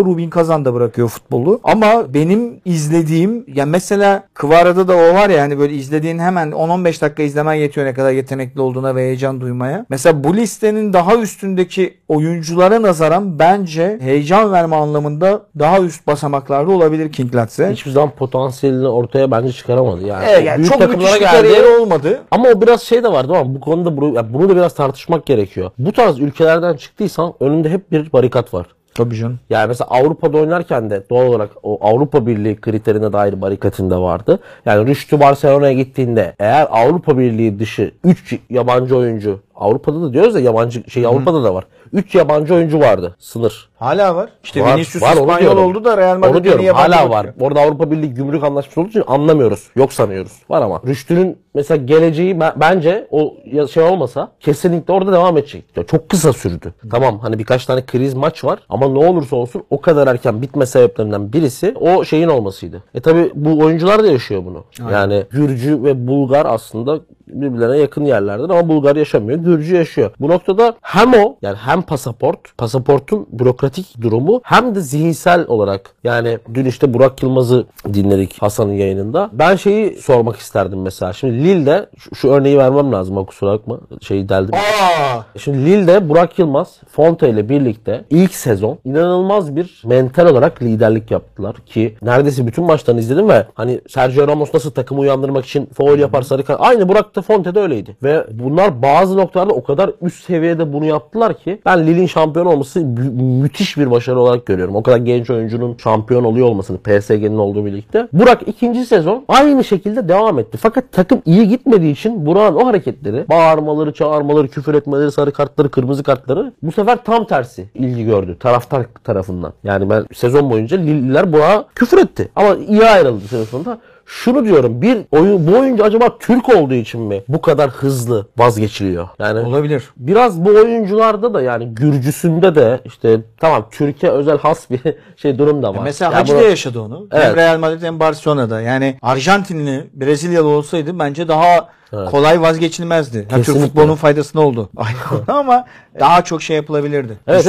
Speaker 1: Rubin Kazan da bırakıyor futbolu. Ama benim izlediğim ya mesela Kvara'da da o var ya hani böyle izlediğin hemen 10-15 dakika izlemen yetiyor ne kadar yetenekli olduğuna ve heyecan duymaya. Mesela bu listenin daha üstündeki oyunculara nazaran bence heyecan verme anlamında daha üst basamaklarda olabilir Kinglatse.
Speaker 2: Hiçbir zaman potansiyelini ortaya bence çıkaramadı. Yani,
Speaker 1: Yani
Speaker 2: büyük
Speaker 1: çok
Speaker 2: takımlara
Speaker 1: müthiş bir
Speaker 2: geldi.
Speaker 1: kariyeri olmadı.
Speaker 2: Ama o biraz şey de vardı ama bu konuda bunu da biraz tartışmak gerekiyor. Bu tarz ülkelerden çıktıysan önünde hep bir barikat var.
Speaker 1: Tabii canım.
Speaker 2: Yani mesela Avrupa'da oynarken de doğal olarak o Avrupa Birliği kriterine dair barikatında vardı. Yani Rüştü Barcelona'ya gittiğinde eğer Avrupa Birliği dışı 3 yabancı oyuncu, Avrupa'da da diyoruz ya yabancı Avrupa'da da var. 3 yabancı oyuncu vardı sınır.
Speaker 1: Hala var. İşte
Speaker 2: Var,
Speaker 1: Vinicius
Speaker 2: var, onu
Speaker 1: İspanyol
Speaker 2: diyorum.
Speaker 1: oldu da Real
Speaker 2: Onu
Speaker 1: Madrid'e
Speaker 2: diyorum
Speaker 1: yabancı
Speaker 2: hala
Speaker 1: bakıyor.
Speaker 2: var. Orada Avrupa Birliği gümrük anlaşması olduğu için anlamıyoruz. Yok sanıyoruz. Var ama. Rüştü'nün mesela geleceği bence o şey olmasa kesinlikle orada devam edecek. Ya çok kısa sürdü. Tamam hani birkaç tane kriz maç var ama ne olursa olsun o kadar erken bitme sebeplerinden birisi o şeyin olmasıydı. Tabi bu oyuncular da yaşıyor bunu. Aynen. Yani Gürcü ve Bulgar aslında birbirlerine yakın yerlerden ama Bulgar yaşamıyor. Gürcü yaşıyor. Bu noktada hem o yani hem pasaportun bürokratik durumu hem de zihinsel olarak yani dün işte Burak Yılmaz'ı dinledik Hasan'ın yayınında. Ben şeyi sormak isterdim mesela. Şimdi Lille'de şu örneği vermem lazım ama kusura bakma. Şeyi deldim. Şimdi Lille'de Burak Yılmaz Fonte ile birlikte ilk sezon inanılmaz bir mental olarak liderlik yaptılar ki neredeyse bütün maçlarını izledim ve hani Sergio Ramos nasıl takımı uyandırmak için faul yapar sarı kart. Aynı Burak da Fonte'de öyleydi. Ve bunlar bazı noktalarda o kadar üst seviyede bunu yaptılar ki ben Lille'in şampiyon olması müthiş bir başarı olarak görüyorum. O kadar genç oyuncunun şampiyon oluyor olmasını PSG'nin olduğu birlikte. Burak ikinci sezon aynı şekilde devam etti. Fakat takım iyi gitmediği için Burak'ın o hareketleri, bağırmaları, çağırmaları, küfür etmeleri, sarı kartları, kırmızı kartları bu sefer tam tersi ilgi gördü taraftar tarafından. Yani ben sezon boyunca Lille'liler Burak'a küfür etti. Ama iyi ayrıldı sezon sonunda. Şunu diyorum bu oyuncu acaba Türk olduğu için mi bu kadar hızlı vazgeçiliyor? Yani
Speaker 1: olabilir.
Speaker 2: Biraz bu oyuncularda da yani Gürcüsünde de işte tamam Türkiye özel has bir şey durum da var.
Speaker 1: Mesela
Speaker 2: yani
Speaker 1: Hacı da yaşadı onu.
Speaker 2: Evet.
Speaker 1: Hem Real Madrid hem Barcelona'da. Yani Arjantinli, Brezilyalı olsaydı bence daha kolay vazgeçilmezdi. Türk futbolunun faydasına oldu. Ama daha çok şey yapılabilirdi.
Speaker 2: Evet,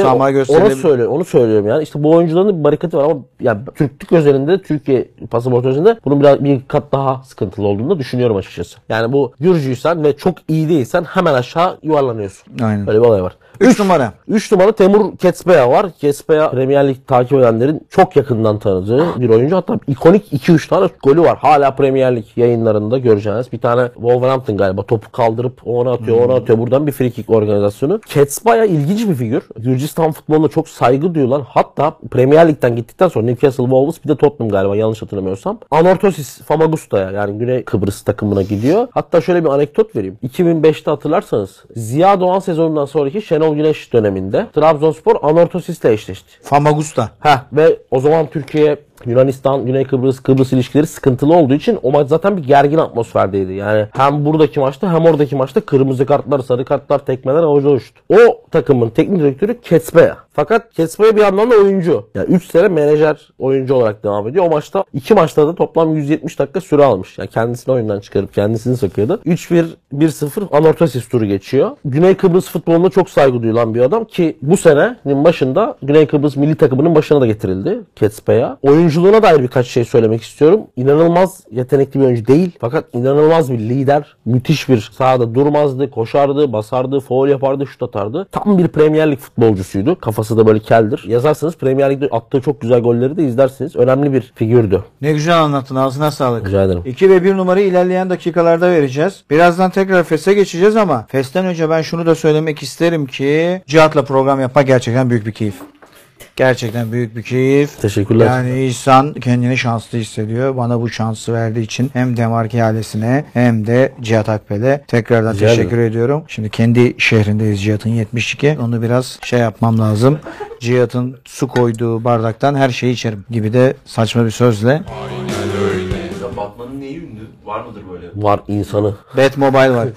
Speaker 2: onu söylüyorum yani. İşte bu oyuncuların bir barikatı var ama yani Türklük özelinde Türkiye pasaportu özelinde bunun bir kat daha sıkıntılı olduğunu da düşünüyorum açıkçası. Yani bu Gürcüysen ve çok iyi değilsen hemen aşağı yuvarlanıyorsun.
Speaker 1: Aynen.
Speaker 2: Böyle bir olay var.
Speaker 1: 3 numara.
Speaker 2: 3 numara Temur Ketsbaya var. Ketsbaya Premier Lig takip edenlerin çok yakından tanıdığı bir oyuncu. Hatta ikonik 2-3 tane golü var. Hala Premier Lig yayınlarında göreceğiniz. Bir tane Wolverhampton galiba topu kaldırıp ona atıyor. Buradan bir free kick organizasyonu. Ketsbaya ilginç bir figür. Gürcistan futboluna çok saygı duyulan. Hatta Premier Lig'den gittikten sonra Newcastle Wolves bir de Tottenham galiba yanlış hatırlamıyorsam. Anorthosis Famagusta'ya yani Güney Kıbrıs takımına gidiyor. Hatta şöyle bir anekdot vereyim. 2005'te hatırlarsanız Ziya Doğan sezonundan sonraki Şenol Güneş döneminde Trabzonspor Anorthosis'le eşleşti.
Speaker 1: Famagusta.
Speaker 2: Ve o zaman Türkiye, Yunanistan, Güney Kıbrıs ilişkileri sıkıntılı olduğu için o maç zaten bir gergin atmosferdeydi. Yani hem buradaki maçta hem oradaki maçta kırmızı kartlar, sarı kartlar, tekmeler avuca uçtu. O takımın teknik direktörü Ketsbaya. Fakat Ketsbaya bir yandan da oyuncu. Yani 3 sene menajer oyuncu olarak devam ediyor. O maçta 2 maçta da toplam 170 dakika süre almış. Yani kendisini oyundan çıkarıp kendisini sokuyordu. 3-1, 1-0 Anorthosis turu geçiyor. Güney Kıbrıs futboluna çok saygı duyulan bir adam ki bu senenin başında Güney Kıbrıs milli takımının başına da getirildi Ketsbaya. Oyunculuğuna dair birkaç şey söylemek istiyorum. İnanılmaz yetenekli bir oyuncu değil. Fakat inanılmaz bir lider. Müthiş bir sahada durmazdı, koşardı, basardı, faul yapardı, şut atardı. Tam bir Premier Lig futbolcusuydu. Kafası da böyle keldir. Yazarsanız Premier Lig'de attığı çok güzel golleri de izlersiniz. Önemli bir figürdü.
Speaker 1: Ne güzel anlattın. Ağzına sağlık.
Speaker 2: Rica ederim.
Speaker 1: 2 ve 1 numarayı ilerleyen dakikalarda vereceğiz. Birazdan tekrar FES'e geçeceğiz ama FES'ten önce ben şunu da söylemek isterim ki Cihat'la program yapmak gerçekten büyük bir keyif. Gerçekten büyük bir keyif.
Speaker 2: Teşekkürler.
Speaker 1: Yani İhsan kendini şanslı hissediyor. Bana bu şansı verdiği için hem Demarki ailesine hem de Cihat Akbel'e tekrardan teşekkür ediyorum. Şimdi kendi şehrindeyiz Cihat'ın 72. Onu biraz şey yapmam lazım. Cihat'ın su koyduğu bardaktan her şeyi içerim gibi de saçma bir sözle.
Speaker 3: Batman'ın neyi ünlü? Var mıdır böyle?
Speaker 2: Var insanı.
Speaker 1: Batmobile var.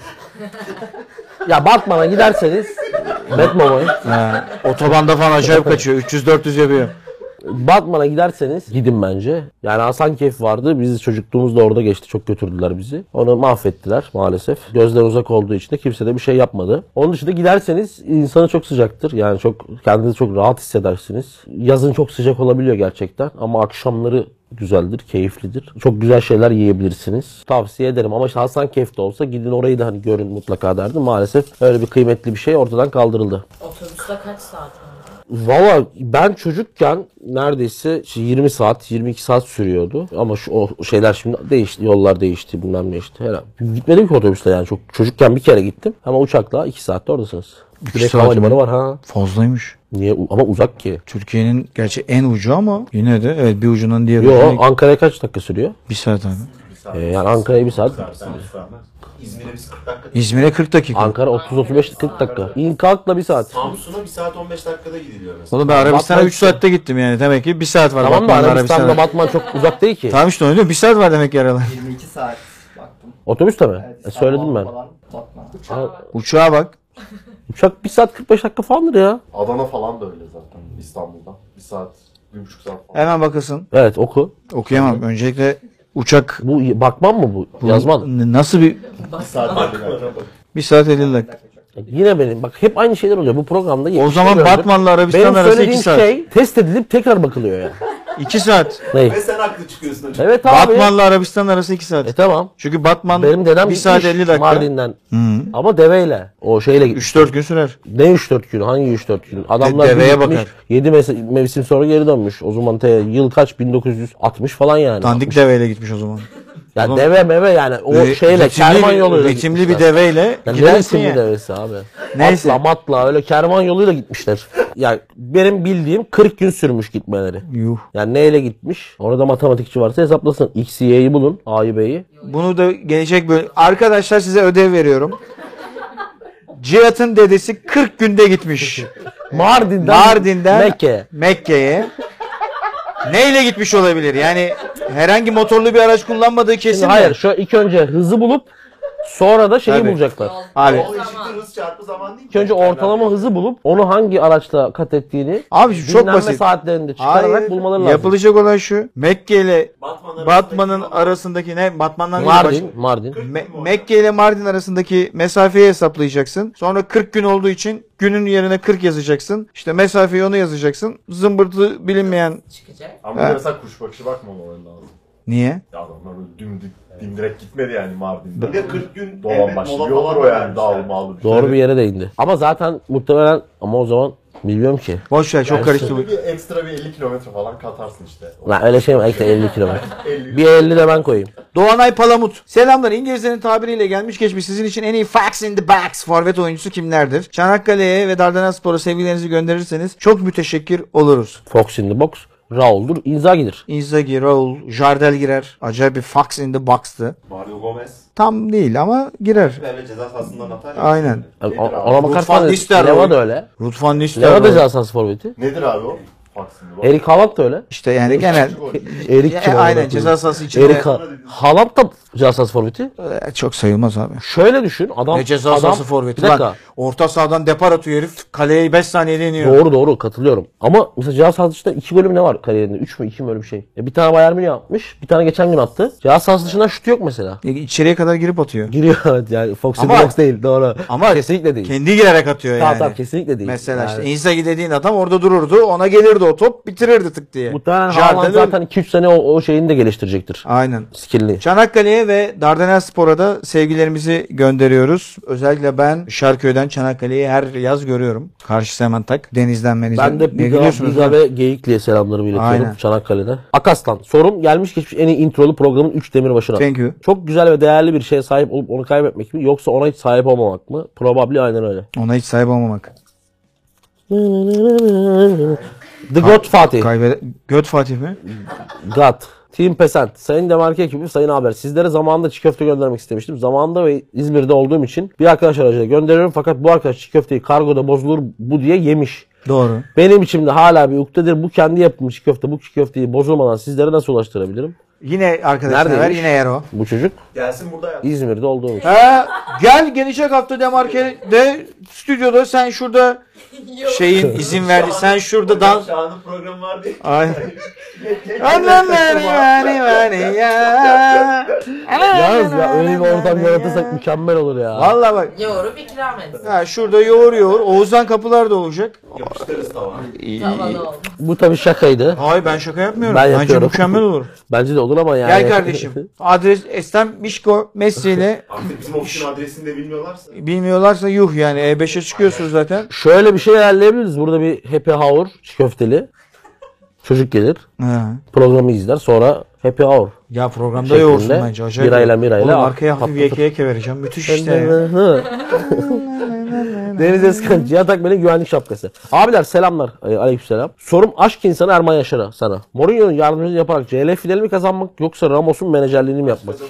Speaker 2: Ya Batman'a giderseniz Batmobile.
Speaker 1: Otobanda falan acayip kaçıyor. 300-400 yapıyor.
Speaker 2: Batman'a giderseniz gidin bence. Yani Hasankeyf vardı. Biz çocukluğumuzda orada geçti. Çok götürdüler bizi. Onu mahvettiler maalesef. Gözden uzak olduğu için de kimse de bir şey yapmadı. Onun dışında giderseniz insanı çok sıcaktır. Yani çok kendinizi çok rahat hissedersiniz. Yazın çok sıcak olabiliyor gerçekten. Ama akşamları güzeldir, keyiflidir. Çok güzel şeyler yiyebilirsiniz. Tavsiye ederim ama işte Hasankeyf'te olsa gidin orayı da hani görün mutlaka derdim. Maalesef öyle bir kıymetli bir şey ortadan kaldırıldı.
Speaker 5: Otobüste kaç saat oldu?
Speaker 2: Valla ben çocukken neredeyse 20 saat, 22 saat sürüyordu. Ama o şeyler şimdi değişti, yollar değişti, bilmem ne işte. Herhalde. Gitmedim ki otobüsle yani. Çok çocukken bir kere gittim. Ama uçakla 2 saatte oradasınız. Direkt
Speaker 1: saat
Speaker 2: havalimanı
Speaker 1: mi?
Speaker 2: var ha.
Speaker 1: Fazlaymış.
Speaker 2: Niye? Ama uzak ki.
Speaker 1: Türkiye'nin gerçi en ucu ama yine de evet bir ucundan diğer
Speaker 2: Yo,
Speaker 1: ucuna
Speaker 2: Ankara'ya kaç dakika sürüyor?
Speaker 1: 1 saat abi.
Speaker 2: Yani Ankara'ya 1 saat.
Speaker 3: İzmir'e biz 40 dakika.
Speaker 1: İzmir'e 40 dakika.
Speaker 2: Ankara 30-35-40 dakika. İnkalkla 1 saat.
Speaker 3: Samsun'a 1 saat 15 dakikada gidiliyor mesela.
Speaker 1: Oğlum ben Arabistan'a
Speaker 2: Batman
Speaker 1: 3 saatte gittim yani. Demek ki 1 saat var.
Speaker 2: Tamam da
Speaker 1: Batman'la
Speaker 2: Arabistan'da
Speaker 1: Arabistan'a.
Speaker 2: Batman çok uzak değil ki.
Speaker 1: Tamam işte onu diyorum. 1 saat var demek ki aralar.
Speaker 6: 22 saat baktım.
Speaker 2: Otobüste mi?
Speaker 6: Evet,
Speaker 2: Söyledim ben.
Speaker 6: falan Batman.
Speaker 1: Uçağa bak.
Speaker 2: Uçak 1 saat 45 dakika falandır ya.
Speaker 7: Adana falan da öyle zaten İstanbul'dan. 1 saat, 1,5 saat falan.
Speaker 1: Hemen bakasın.
Speaker 2: Evet oku.
Speaker 1: Okuyamam. Öncelikle uçak
Speaker 2: Bu bakmam mı bu? Yazman.
Speaker 1: nasıl bir
Speaker 7: 1 saat belki.
Speaker 1: 1 saat 50 dakika.
Speaker 2: Yine benim. Bak hep aynı şeyler oluyor. Bu programda
Speaker 1: O
Speaker 2: 70
Speaker 1: zaman
Speaker 2: gördüm.
Speaker 1: Batman'la Arabistan
Speaker 2: Benim
Speaker 1: arası 2
Speaker 2: söylediğim
Speaker 1: saat.
Speaker 2: şey test edilip tekrar bakılıyor ya.
Speaker 1: 2 saat.
Speaker 2: Ne?
Speaker 3: Ve sen haklı çıkıyorsun hocam.
Speaker 2: Evet abi.
Speaker 1: Batman'la Arabistan arası 2 saat.
Speaker 2: Tamam.
Speaker 1: Çünkü Batman
Speaker 2: Benim dedem
Speaker 1: 1 saat
Speaker 2: gitmiş
Speaker 1: 50 dakika.
Speaker 2: Mardin'den. Ama deveyle. O şeyle gitmiş.
Speaker 1: 3-4 gün sürer.
Speaker 2: Ne 3-4 gün? Hangi 3-4 gün? Adamlar
Speaker 1: Deveye
Speaker 2: gitmiş,
Speaker 1: bakar.
Speaker 2: 7 mevsim sonra geri dönmüş. O zaman yıl kaç? 1960 falan yani.
Speaker 1: Dandik deveyle gitmiş o zaman.
Speaker 2: Ya
Speaker 1: Oğlum,
Speaker 2: deve meve yani o şeyle kervan yoluyla
Speaker 1: ritimli bir
Speaker 2: gitmişler.
Speaker 1: deveyle
Speaker 2: Ya ne
Speaker 1: gidersin
Speaker 2: ritimli
Speaker 1: ya.
Speaker 2: devesi abi.
Speaker 1: Neyse.
Speaker 2: Atla matla öyle kervan yoluyla gitmişler. Yani benim bildiğim 40 gün sürmüş gitmeleri.
Speaker 1: Yuh.
Speaker 2: Yani neyle gitmiş? Orada matematikçi varsa hesaplasın. X'i Y'yi bulun. A'yı B'yi.
Speaker 1: Bunu da gelecek bölüm. Arkadaşlar size ödev veriyorum. Cihat'ın dedesi 40 günde gitmiş.
Speaker 2: Mardin'den
Speaker 1: Mekke'ye. Neyle gitmiş olabilir? Yani herhangi motorlu bir araç kullanmadığı kesin.
Speaker 2: Şimdi hayır şu ilk önce hızı bulup sonra da şeyi
Speaker 1: Tabii.
Speaker 2: bulacaklar.
Speaker 1: Abi.
Speaker 3: O eşittir hız çarpı zaman değil.
Speaker 2: İlk önce ortalama hızı bulup onu hangi araçla kat ettiğini
Speaker 1: Abi çok
Speaker 2: dinlenme
Speaker 1: basit.
Speaker 2: saatlerinde çıkararak
Speaker 1: Hayır.
Speaker 2: bulmaları lazım.
Speaker 1: Yapılacak olay şu. Mekke ile
Speaker 3: Batman
Speaker 1: Batman'ın arasındaki ne? Batman'dan değil,
Speaker 2: Mardin.
Speaker 1: Mekke ile Mardin arasındaki mesafeyi hesaplayacaksın. Sonra 40 gün olduğu için günün yerine 40 yazacaksın. İşte mesafeyi onu yazacaksın. Zımbırtı bilinmeyen.
Speaker 5: Çıkacak.
Speaker 7: Ama
Speaker 1: Ha.
Speaker 7: mesela kuş bakışı bakmamaları lazım.
Speaker 1: Niye?
Speaker 7: Ya adamlar böyle dimdirek gitmedi yani Mardin'de.
Speaker 3: Bir de 40 gün
Speaker 7: Doğan
Speaker 3: elbet
Speaker 7: başlı
Speaker 3: mola
Speaker 7: bir yoldur
Speaker 3: falan
Speaker 7: o
Speaker 3: da
Speaker 7: yani
Speaker 3: vermişler.
Speaker 7: dağılmalı bir
Speaker 2: Doğru bir yere değindi. Ama zaten muhtemelen ama o zaman bilmiyorum ki.
Speaker 1: Boş ver çok karıştı bu.
Speaker 7: Bir ekstra bir 50 kilometre falan katarsın işte.
Speaker 2: Lan öyle şey mi? Ekle 50 kilometre.
Speaker 7: 50.
Speaker 2: Bir 50 de ben koyayım.
Speaker 1: Doğanay Palamut. Selamlar. İngilizlerin tabiriyle gelmiş geçmiş. Sizin için en iyi facts in the box forvet oyuncusu kimlerdir? Çanakkale'ye ve Dardanelspor'a sevgilerinizi gönderirseniz çok müteşekkir oluruz.
Speaker 2: Fox in the box. Raul'dur. Inzaghi'dir.
Speaker 1: Inzaghi, Raul, Jardel girer. Acayip bir facts in the box'tı.
Speaker 3: Mario Gomez.
Speaker 1: Tam değil ama girer.
Speaker 3: Böyle ceza sahasından atar ya.
Speaker 1: Aynen.
Speaker 2: Ona bakarsan
Speaker 1: Van Nistelrooy.
Speaker 2: Leva da öyle.
Speaker 1: Ruud van Nistelrooy.
Speaker 2: Leva da ceza sahası forveti.
Speaker 7: Nedir abi o? Faksın bu.
Speaker 2: Erik Haaland da öyle.
Speaker 1: İşte yani genel.
Speaker 2: Erik kim
Speaker 1: Aynen
Speaker 2: oldu?
Speaker 1: ceza sahası içinde.
Speaker 2: Erik Haaland da ceza sahası forveti.
Speaker 1: Çok sayılmaz abi.
Speaker 2: Şöyle düşün. Adam
Speaker 1: Ne ceza sahası
Speaker 2: adam,
Speaker 1: forveti
Speaker 2: Bir dakika.
Speaker 1: lan. Orta sahadan depar atıyor herif. Kaleye 5 saniyede iniyor.
Speaker 2: Doğru katılıyorum. Ama mesela ceza sahası dışında 2 golü mü ne var kariyerinde? 3 mü 2 mi öyle bir şey. Bir tane Bayern Münih yapmış. Bir tane geçen gün attı. Ceza sahası dışından şutu yok mesela.
Speaker 1: İçeriye kadar girip atıyor.
Speaker 2: Giriyor evet yani Fox in
Speaker 1: Ama-
Speaker 2: the box değil doğru.
Speaker 1: Ama
Speaker 2: kesinlikle değil.
Speaker 1: Kendi girerek atıyor yani.
Speaker 2: Tamam kesinlikle değil.
Speaker 1: Mesela
Speaker 2: Yani
Speaker 1: işte Inzaghi dediğin adam orada dururdu. Ona gelirdi o top bitirirdi tık diye.
Speaker 2: muhtemelen
Speaker 1: Jardel
Speaker 2: Haaland
Speaker 1: öyle.
Speaker 2: zaten 2-3 sene o şeyini de geliştirecektir.
Speaker 1: Aynen.
Speaker 2: Skill'li.
Speaker 1: Çanakkale'ye ve Dardanelspor'a da sevgilerimizi gönderiyoruz. Özellikle ben Şarköy'den Çanakkale'yi her yaz görüyorum. Karşısı hemen tak. Denizden menizden.
Speaker 2: Ben de
Speaker 1: Ne gülüyorsunuz
Speaker 2: Biga
Speaker 1: lan?
Speaker 2: ve Geyikli'ye selamlarımı iletiyorum
Speaker 1: Aynen.
Speaker 2: Çanakkale'de. Akaslan. Sorum gelmiş geçmiş en iyi introlu programın 3 demir başına.
Speaker 1: Thank you.
Speaker 2: Çok güzel ve değerli bir şeye sahip olup onu kaybetmek mi yoksa ona hiç sahip olmamak mı? Probably aynen öyle.
Speaker 1: Ona hiç sahip olmamak.
Speaker 2: The God Fatih.
Speaker 1: Göt Fatih mi?
Speaker 2: God. Team Pesent. Sayın Demarke ekibi, sayın haber. Sizlere zamanında çiğ köfte göndermek istemiştim. Zamanında ve İzmir'de olduğum için bir arkadaş aracıyla gönderiyorum. Fakat bu arkadaş çiğ köfteyi kargoda bozulur bu diye yemiş.
Speaker 1: Doğru.
Speaker 2: Benim içimde hala bir ukdedir. Bu kendi yapımı çiğ köfte. Bu çiğ köfteyi bozulmadan sizlere nasıl ulaştırabilirim?
Speaker 1: Yine arkadaşlar ver
Speaker 2: Neredeymiş?
Speaker 1: yine yer o.
Speaker 2: Bu çocuk
Speaker 3: Gelsin burada ya.
Speaker 2: İzmir'de olduğum için.
Speaker 1: Gel gelecek hafta Demarke'de stüdyoda sen şurada şeyin izin verdi. Sen şurada dans...
Speaker 3: Şahan'ın programı vardı.
Speaker 1: Ay.
Speaker 2: Yalnız ya öyle bir ortam yaratırsak mükemmel olur ya.
Speaker 1: Vallahi bak.
Speaker 5: Yoğurup ikram etsin.
Speaker 1: Ha, şurada yoğur. Oğuzhan kapılar da olacak.
Speaker 3: Yapıştırırız tabağa.
Speaker 5: Tavada oldu.
Speaker 2: Bu tabii şakaydı.
Speaker 1: Hayır ben şaka yapmıyorum.
Speaker 2: Ben
Speaker 1: Bence
Speaker 2: yapıyorum.
Speaker 1: mükemmel olur.
Speaker 2: Bence de olur ama yani.
Speaker 1: Gel kardeşim. Adres Eslem Mişko Messi ile
Speaker 3: Artık bizim ofisin adresini de bilmiyorlarsa.
Speaker 1: bilmiyorlarsa yuh yani E5'e çıkıyorsunuz zaten.
Speaker 2: Şöyle bir şey ayarlayabiliriz. Burada bir happy hour köfteli. Çocuk gelir.
Speaker 1: Ha.
Speaker 2: Programı izler. Sonra happy hour.
Speaker 1: Ya programda
Speaker 2: Şeklinde
Speaker 1: yoğursun bence. Acayip.
Speaker 2: birayla
Speaker 1: Oğlum arkaya hafif
Speaker 2: patlatır.
Speaker 1: yeke vereceğim. Müthiş işte ya.
Speaker 2: Deniz Özkan, Cihat Akbel'in güvenlik şapkası. Abiler selamlar. Aleykümselam. Sorum aşk insanı Erman Yaşar'a sana. Mourinho'nun yardımcılığı yaparak CL finali mi kazanmak yoksa Ramos'un menajerliğini mi yapmak?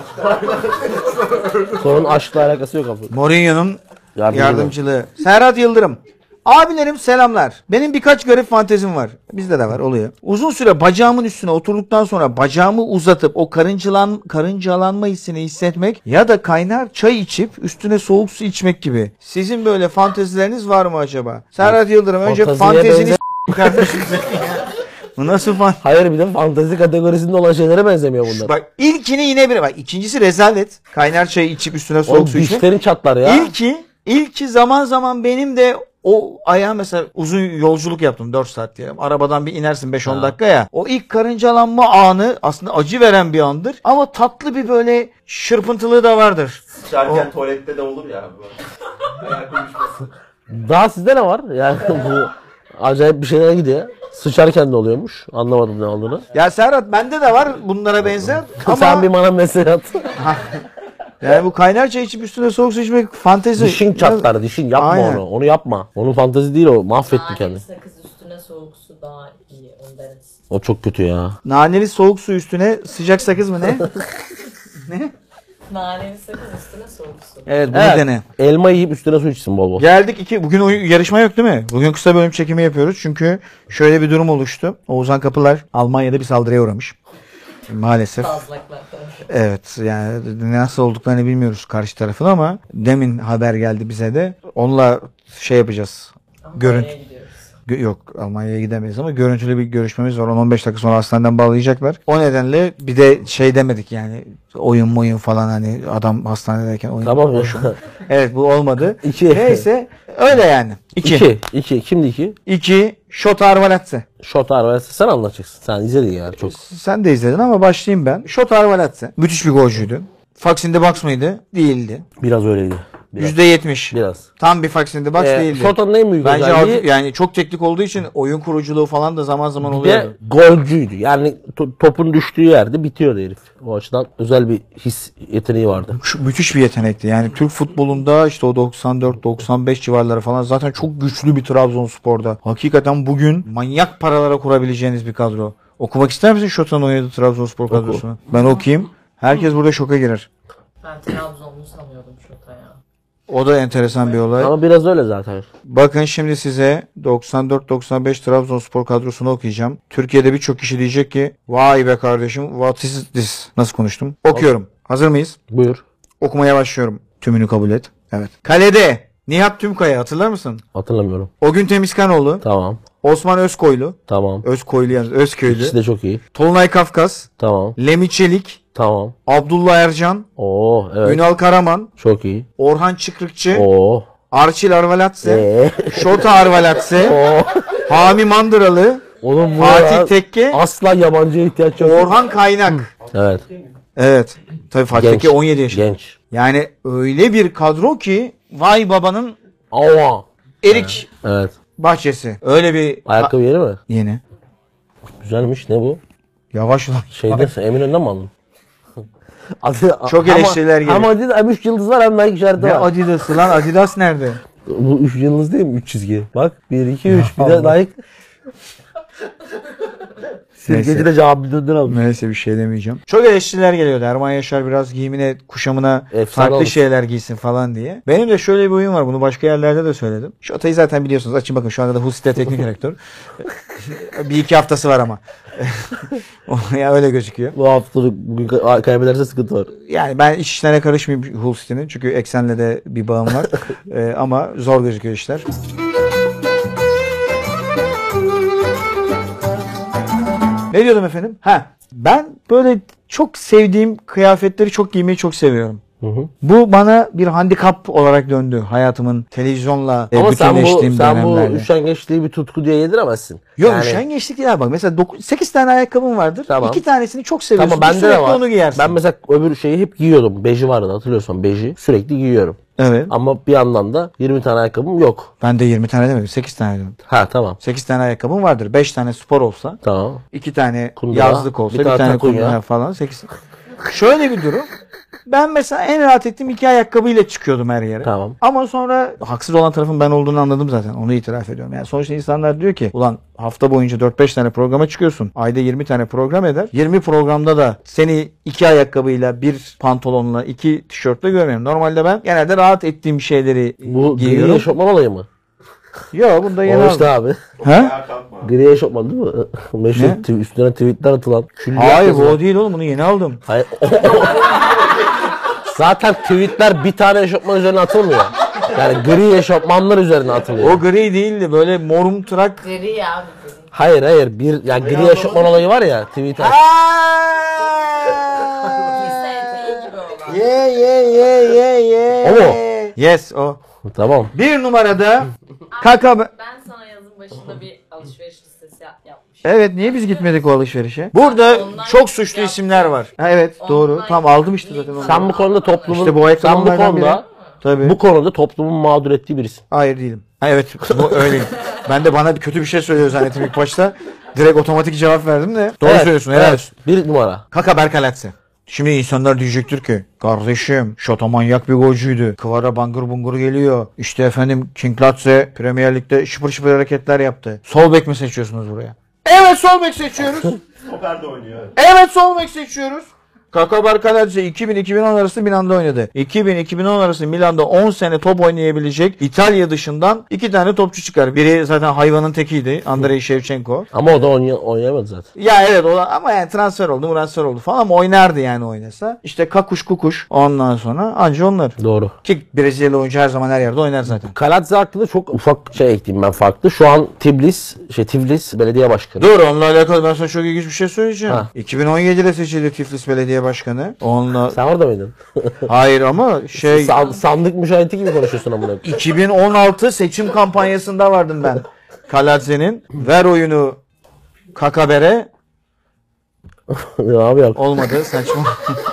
Speaker 2: Sorun aşkla alakası yok abi.
Speaker 1: Mourinho'nun
Speaker 2: Yardımcılığı.
Speaker 1: yardımcılığı. Serhat Yıldırım. Abilerim selamlar. Benim birkaç garip fantezim var. Bizde de var oluyor. Uzun süre bacağımın üstüne oturduktan sonra bacağımı uzatıp o karıncalanma hissini hissetmek ya da kaynar çay içip üstüne soğuk su içmek gibi. Sizin böyle fantezileriniz var mı acaba? Serhat Yıldırım önce
Speaker 2: Fanteziye
Speaker 1: fantezini
Speaker 2: benzer-
Speaker 1: kardeşim. Bu nasıl
Speaker 2: Hayır bir de fantezi kategorisinde olan şeylere benzemiyor bunlar.
Speaker 1: Bak ilkini yine bir bak ikincisi rezalet. Kaynar çayı içip üstüne soğuk
Speaker 2: Oğlum
Speaker 1: su içmek.
Speaker 2: dişlerin çatlar ya.
Speaker 1: İlki zaman zaman benim de o ayağa mesela uzun yolculuk yaptım 4 saat diyelim. Arabadan bir inersin 5-10 dakika ya. O ilk karıncalanma anı aslında acı veren bir andır. Ama tatlı bir böyle şırpıntılığı da vardır.
Speaker 3: Sıçarken tuvalette de olur ya. Ayak uyuşması.
Speaker 2: Daha sizde ne var? Yani bu acayip bir şeylere gidiyor. Sıçarken de oluyormuş. Anlamadım ne olduğunu.
Speaker 1: Ya Serhat bende de var bunlara benzer. Ama
Speaker 2: Sen bir bana mesaj at.
Speaker 1: yani bu kaynar çay içip üstüne soğuk su içmek fantezi.
Speaker 2: Dişin çatlar, dişin. Yapma
Speaker 1: Aynen.
Speaker 2: onu. Onu yapma. Onun fantezi değil o. Mahvetti
Speaker 5: Naneli
Speaker 2: kendini.
Speaker 5: sakız üstüne soğuk su daha iyi. Onu denesin.
Speaker 2: O çok kötü ya.
Speaker 1: Naneli soğuk su üstüne sıcak sakız mı ne?
Speaker 5: Naneli sakız üstüne soğuk su.
Speaker 1: Evet bunu
Speaker 2: Evet.
Speaker 1: dene.
Speaker 2: Elma yiyip üstüne su içsin bol bol.
Speaker 1: Geldik bugün yarışma yok değil mi? Bugün kısa bölüm çekimi yapıyoruz çünkü şöyle bir durum oluştu. Oğuzhan Kapılar Almanya'da bir saldırıya uğramış. Maalesef.
Speaker 5: Fazlaklar.
Speaker 1: Evet yani nasıl olduklarını bilmiyoruz karşı tarafın ama demin haber geldi bize de. Onunla şey yapacağız. Görüntü.
Speaker 5: Nereye gidiyoruz?
Speaker 1: Yok Almanya'ya gidemeyiz ama görüntülü bir görüşmemiz var. 10-15 dakika sonra hastaneden bağlayacaklar. O nedenle bir de şey demedik yani oyun falan hani adam hastanedeyken oyun.
Speaker 2: Tamam ya.
Speaker 1: Evet bu olmadı.
Speaker 2: İki.
Speaker 1: Neyse öyle yani.
Speaker 2: İki. Kimdi iki?
Speaker 1: 2 Şota Arvalatse.
Speaker 2: Şot Arvalet'i sen anlatacaksın. Sen izledin ya çok.
Speaker 1: Sen de izledin ama başlayayım ben. Şota Arvalatse. Müthiş bir golcüydü. Fox in the Box mıydı? Değildi.
Speaker 2: Biraz öyleydi. Biraz.
Speaker 1: %70.
Speaker 2: Biraz.
Speaker 1: Tam bir Fox in the Box değildi.
Speaker 2: Şota'nın en büyük
Speaker 1: Bence
Speaker 2: özelliği
Speaker 1: artık yani çok teknik olduğu için oyun kuruculuğu falan da zaman zaman
Speaker 2: bir de
Speaker 1: oluyordu.
Speaker 2: golcüydü. Yani topun düştüğü yerde bitiyordu herif. O açıdan özel bir his yeteneği vardı.
Speaker 1: Müthiş bir yetenekti. Yani Türk futbolunda işte o 94-95 civarları falan zaten çok güçlü bir Trabzonspor'da. Hakikaten bugün manyak paralara kurabileceğiniz bir kadro. Okumak ister misin Şota'nın oynadığı Trabzonspor kadrosunu? Ben okuyayım. Herkes burada şoka girer.
Speaker 5: Ben Trabzonlu sanıyordum Şota ya.
Speaker 1: O da enteresan bir olay.
Speaker 2: Ama biraz öyle zaten.
Speaker 1: Bakın şimdi size 94-95 Trabzonspor kadrosunu okuyacağım. Türkiye'de birçok kişi diyecek ki vay be kardeşim what is this? Nasıl konuştum? Okuyorum. Hazır mıyız?
Speaker 2: Buyur.
Speaker 1: Okumaya başlıyorum. Tümünü kabul et. Evet. Kalede Nihat Tümkaya hatırlar mısın?
Speaker 2: Hatırlamıyorum.
Speaker 1: O gün Temizkanoğlu,
Speaker 2: Tamam.
Speaker 1: Osman Özkoylu,
Speaker 2: Tamam.
Speaker 1: Özkoylu yani Özköylü,
Speaker 2: İkisi de çok iyi.
Speaker 1: Tolunay Kafkas,
Speaker 2: Tamam.
Speaker 1: Lemi Çelik,
Speaker 2: Tamam.
Speaker 1: Abdullah Ercan,
Speaker 2: Oo evet.
Speaker 1: Ünal Karaman,
Speaker 2: Çok iyi.
Speaker 1: Orhan Çıkrıkçı,
Speaker 2: Oo.
Speaker 1: Arçil Arvalatse, Şota Arvalatse,
Speaker 2: Oo.
Speaker 1: Hami Mandıralı,
Speaker 2: Oğlum bu
Speaker 1: Fatih
Speaker 2: ya,
Speaker 1: Tekke,
Speaker 2: asla yabancıya ihtiyaç yok.
Speaker 1: Orhan Kaynak.
Speaker 2: Evet.
Speaker 1: Evet. Tabii Fatih
Speaker 2: Genç.
Speaker 1: Tekke 17 yaşında.
Speaker 2: Genç.
Speaker 1: Yani öyle bir kadro ki vay babanın
Speaker 2: Aa.
Speaker 1: erik
Speaker 2: Evet.
Speaker 1: bahçesi. Öyle bir
Speaker 2: Ayakkabı yeni mi?
Speaker 1: yeni.
Speaker 2: Güzelmiş. Ne bu?
Speaker 1: Yavaş ulan.
Speaker 2: Şeyde Eminönü'nden mi aldın?
Speaker 1: Çok eleştiriler geliyor.
Speaker 2: Ama Adidas hem 3 yıldız var hem Nike işareti
Speaker 1: Ne
Speaker 2: var.
Speaker 1: Adidas'ı lan? Adidas nerede?
Speaker 2: Bu 3 yıldız değil mi? 3 çizgi. Bak 1 2 3 bir de Nike. Sirkeci de cevabı döndür almış.
Speaker 1: Neyse bir şey demeyeceğim. Çok eleştiriler geliyordu. Erman Yaşar biraz giyimine, kuşamına
Speaker 2: Efsane
Speaker 1: farklı
Speaker 2: olmuş.
Speaker 1: şeyler giysin falan diye. Benim de şöyle bir oyun var. Bunu başka yerlerde de söyledim. Şu Atay'ı zaten biliyorsunuz. Açın bakın şu anda da Husi'de teknik direktör. Bir iki haftası var ama. Ya öyle gözüküyor.
Speaker 2: Bu haftalık bugün kaybederse sıkıntı var.
Speaker 1: Yani ben iş işlerine karışmayayım Hull City'nin. Çünkü Eksen'le de bir bağım var. Ama zor gözüküyor işler. Ne diyordum efendim? Ben böyle çok sevdiğim kıyafetleri çok giymeyi çok seviyorum. Bu bana bir handikap olarak döndü hayatımın televizyonla
Speaker 2: Ama
Speaker 1: bütünleştiğim
Speaker 2: sen bu
Speaker 1: dönemlerde.
Speaker 2: üşengeçliği bir tutku diye yediremezsin.
Speaker 1: Yok
Speaker 2: Yani-
Speaker 1: üşengeçlik değil abi. Bak mesela 8 tane ayakkabım vardır.
Speaker 2: Tamam.
Speaker 1: 2 tanesini çok seviyorsun.
Speaker 2: Tamam, bende de
Speaker 1: sürekli
Speaker 2: var.
Speaker 1: onu giyersin.
Speaker 2: Ben mesela öbür şeyi hep giyiyordum. Beji vardı, hatırlıyorsan beji. Sürekli giyiyorum.
Speaker 1: Evet.
Speaker 2: Ama bir yandan da 20 tane ayakkabım yok.
Speaker 1: Ben de 20 tane demedim. 8 tane dedim.
Speaker 2: Ha tamam.
Speaker 1: 8 tane ayakkabım vardır. 5 tane spor olsa.
Speaker 2: Tamam.
Speaker 1: 2 tane
Speaker 2: Kundura,
Speaker 1: yazlık olsa.
Speaker 2: bir
Speaker 1: Bir
Speaker 2: tane
Speaker 1: tane
Speaker 2: takunya.
Speaker 1: kundura falan. 8. Şöyle bir durum. Ben mesela en rahat ettiğim 2 ayakkabıyla çıkıyordum her yere.
Speaker 2: Tamam.
Speaker 1: Ama sonra haksız olan tarafın ben olduğunu anladım zaten. Onu itiraf ediyorum. Yani sonuçta insanlar diyor ki ulan hafta boyunca 4-5 tane programa çıkıyorsun. Ayda 20 tane program eder. 20 programda da seni 2 ayakkabıyla, 1 pantolonla, 2 tişörtle görmüyorum. Normalde ben genelde rahat ettiğim şeyleri
Speaker 2: Bu gri
Speaker 1: giyiyorum.
Speaker 2: eşofman olayı mı?
Speaker 1: Yok bunda yeni
Speaker 2: O işte
Speaker 1: aldım.
Speaker 2: abi.
Speaker 1: Ha?
Speaker 3: Ayağa kalkma.
Speaker 2: Gri eşofman değil mi? Meşhur
Speaker 1: Ne?
Speaker 2: üstüne tweetler atılan. Külliyat
Speaker 1: Hayır bu
Speaker 2: yazılan.
Speaker 1: o değil oğlum. Bunu yeni aldım.
Speaker 2: Hayır. Zaten tweetler bir tane eşofman üzerine atılmıyor. Yani gri eşofmanlar üzerine atılıyor.
Speaker 1: O gri değildi. Böyle morumtırak.
Speaker 5: Gri abi gri.
Speaker 2: Hayır bir yani gri eşofman olayı var ya Twitter.
Speaker 5: Eteği gibi olan.
Speaker 1: Ye.
Speaker 2: O mu?
Speaker 1: Yes o.
Speaker 2: Tamam.
Speaker 1: Bir numarada kaka...
Speaker 5: Ben sana yazın başında bir alışveriş listesi yapmışım.
Speaker 1: Evet niye biz gitmedik o alışverişe? Burada
Speaker 5: Ondan
Speaker 1: çok suçlu
Speaker 5: yaptım.
Speaker 1: isimler var. Ha, evet doğru.
Speaker 5: Ondan
Speaker 1: Tamam aldım işte zaten onu.
Speaker 2: Sen bu konuda toplumun
Speaker 1: İşte bu
Speaker 2: sen bu
Speaker 1: ayakkabılardan
Speaker 2: konuda
Speaker 1: biri. Tabii.
Speaker 2: bu konuda toplumun mağdur ettiği birisin.
Speaker 1: Hayır değilim. Ha, evet bu öyleyim. Ben de bana kötü bir şey söylüyor zannettim ilk başta. Direkt otomatik cevap verdim de. Doğru
Speaker 2: Evet,
Speaker 1: söylüyorsun helal olsun.
Speaker 2: Bir numara.
Speaker 1: Kaka Berkalatse. Şimdi insanlar diyecektir ki kardeşim şato manyak bir golcüydü. Kıvara bangır bungur geliyor. İşte efendim King Latze Premier Lig'de şıpır şıpır hareketler yaptı. Sol bek mi seçiyorsunuz buraya? Evet sol bek seçiyoruz.
Speaker 3: Stoper de oynuyor.
Speaker 1: Evet sol bek seçiyoruz. Kaka Berkalatse 2000-2010 arası Milan'da oynadı. 2000-2010 arası Milan'da 10 sene top oynayabilecek İtalya dışından 2 tane topçu çıkar. Biri zaten hayvanın tekiydi. Andrei Shevchenko.
Speaker 2: Ama o da oynayamadı zaten.
Speaker 1: Ya evet o da, ama yani transfer oldu falan ama oynardı yani oynasa. İşte kakuş kukuş ondan sonra anca onlar.
Speaker 2: Doğru.
Speaker 1: Ki Brezilyalı oyuncu her zaman her yerde oynar zaten.
Speaker 2: Kaladze hakkında çok ufak şey ekleyeyim ben farklı. Şu an Tiflis Belediye Başkanı.
Speaker 1: Dur onunla alakalı ben sana çok ilginç bir şey söyleyeceğim.
Speaker 2: Ha.
Speaker 1: 2017'de seçildi Tiflis Belediye Başkanı. Onunla
Speaker 2: Sen orada mıydın?
Speaker 1: hayır ama şey
Speaker 2: Sandık müşahidi gibi konuşuyorsun amına.
Speaker 1: 2016 seçim kampanyasında vardım ben. Kaladze'nin ver oyunu Kakaber'e
Speaker 2: Abi yok.
Speaker 1: olmadı saçma.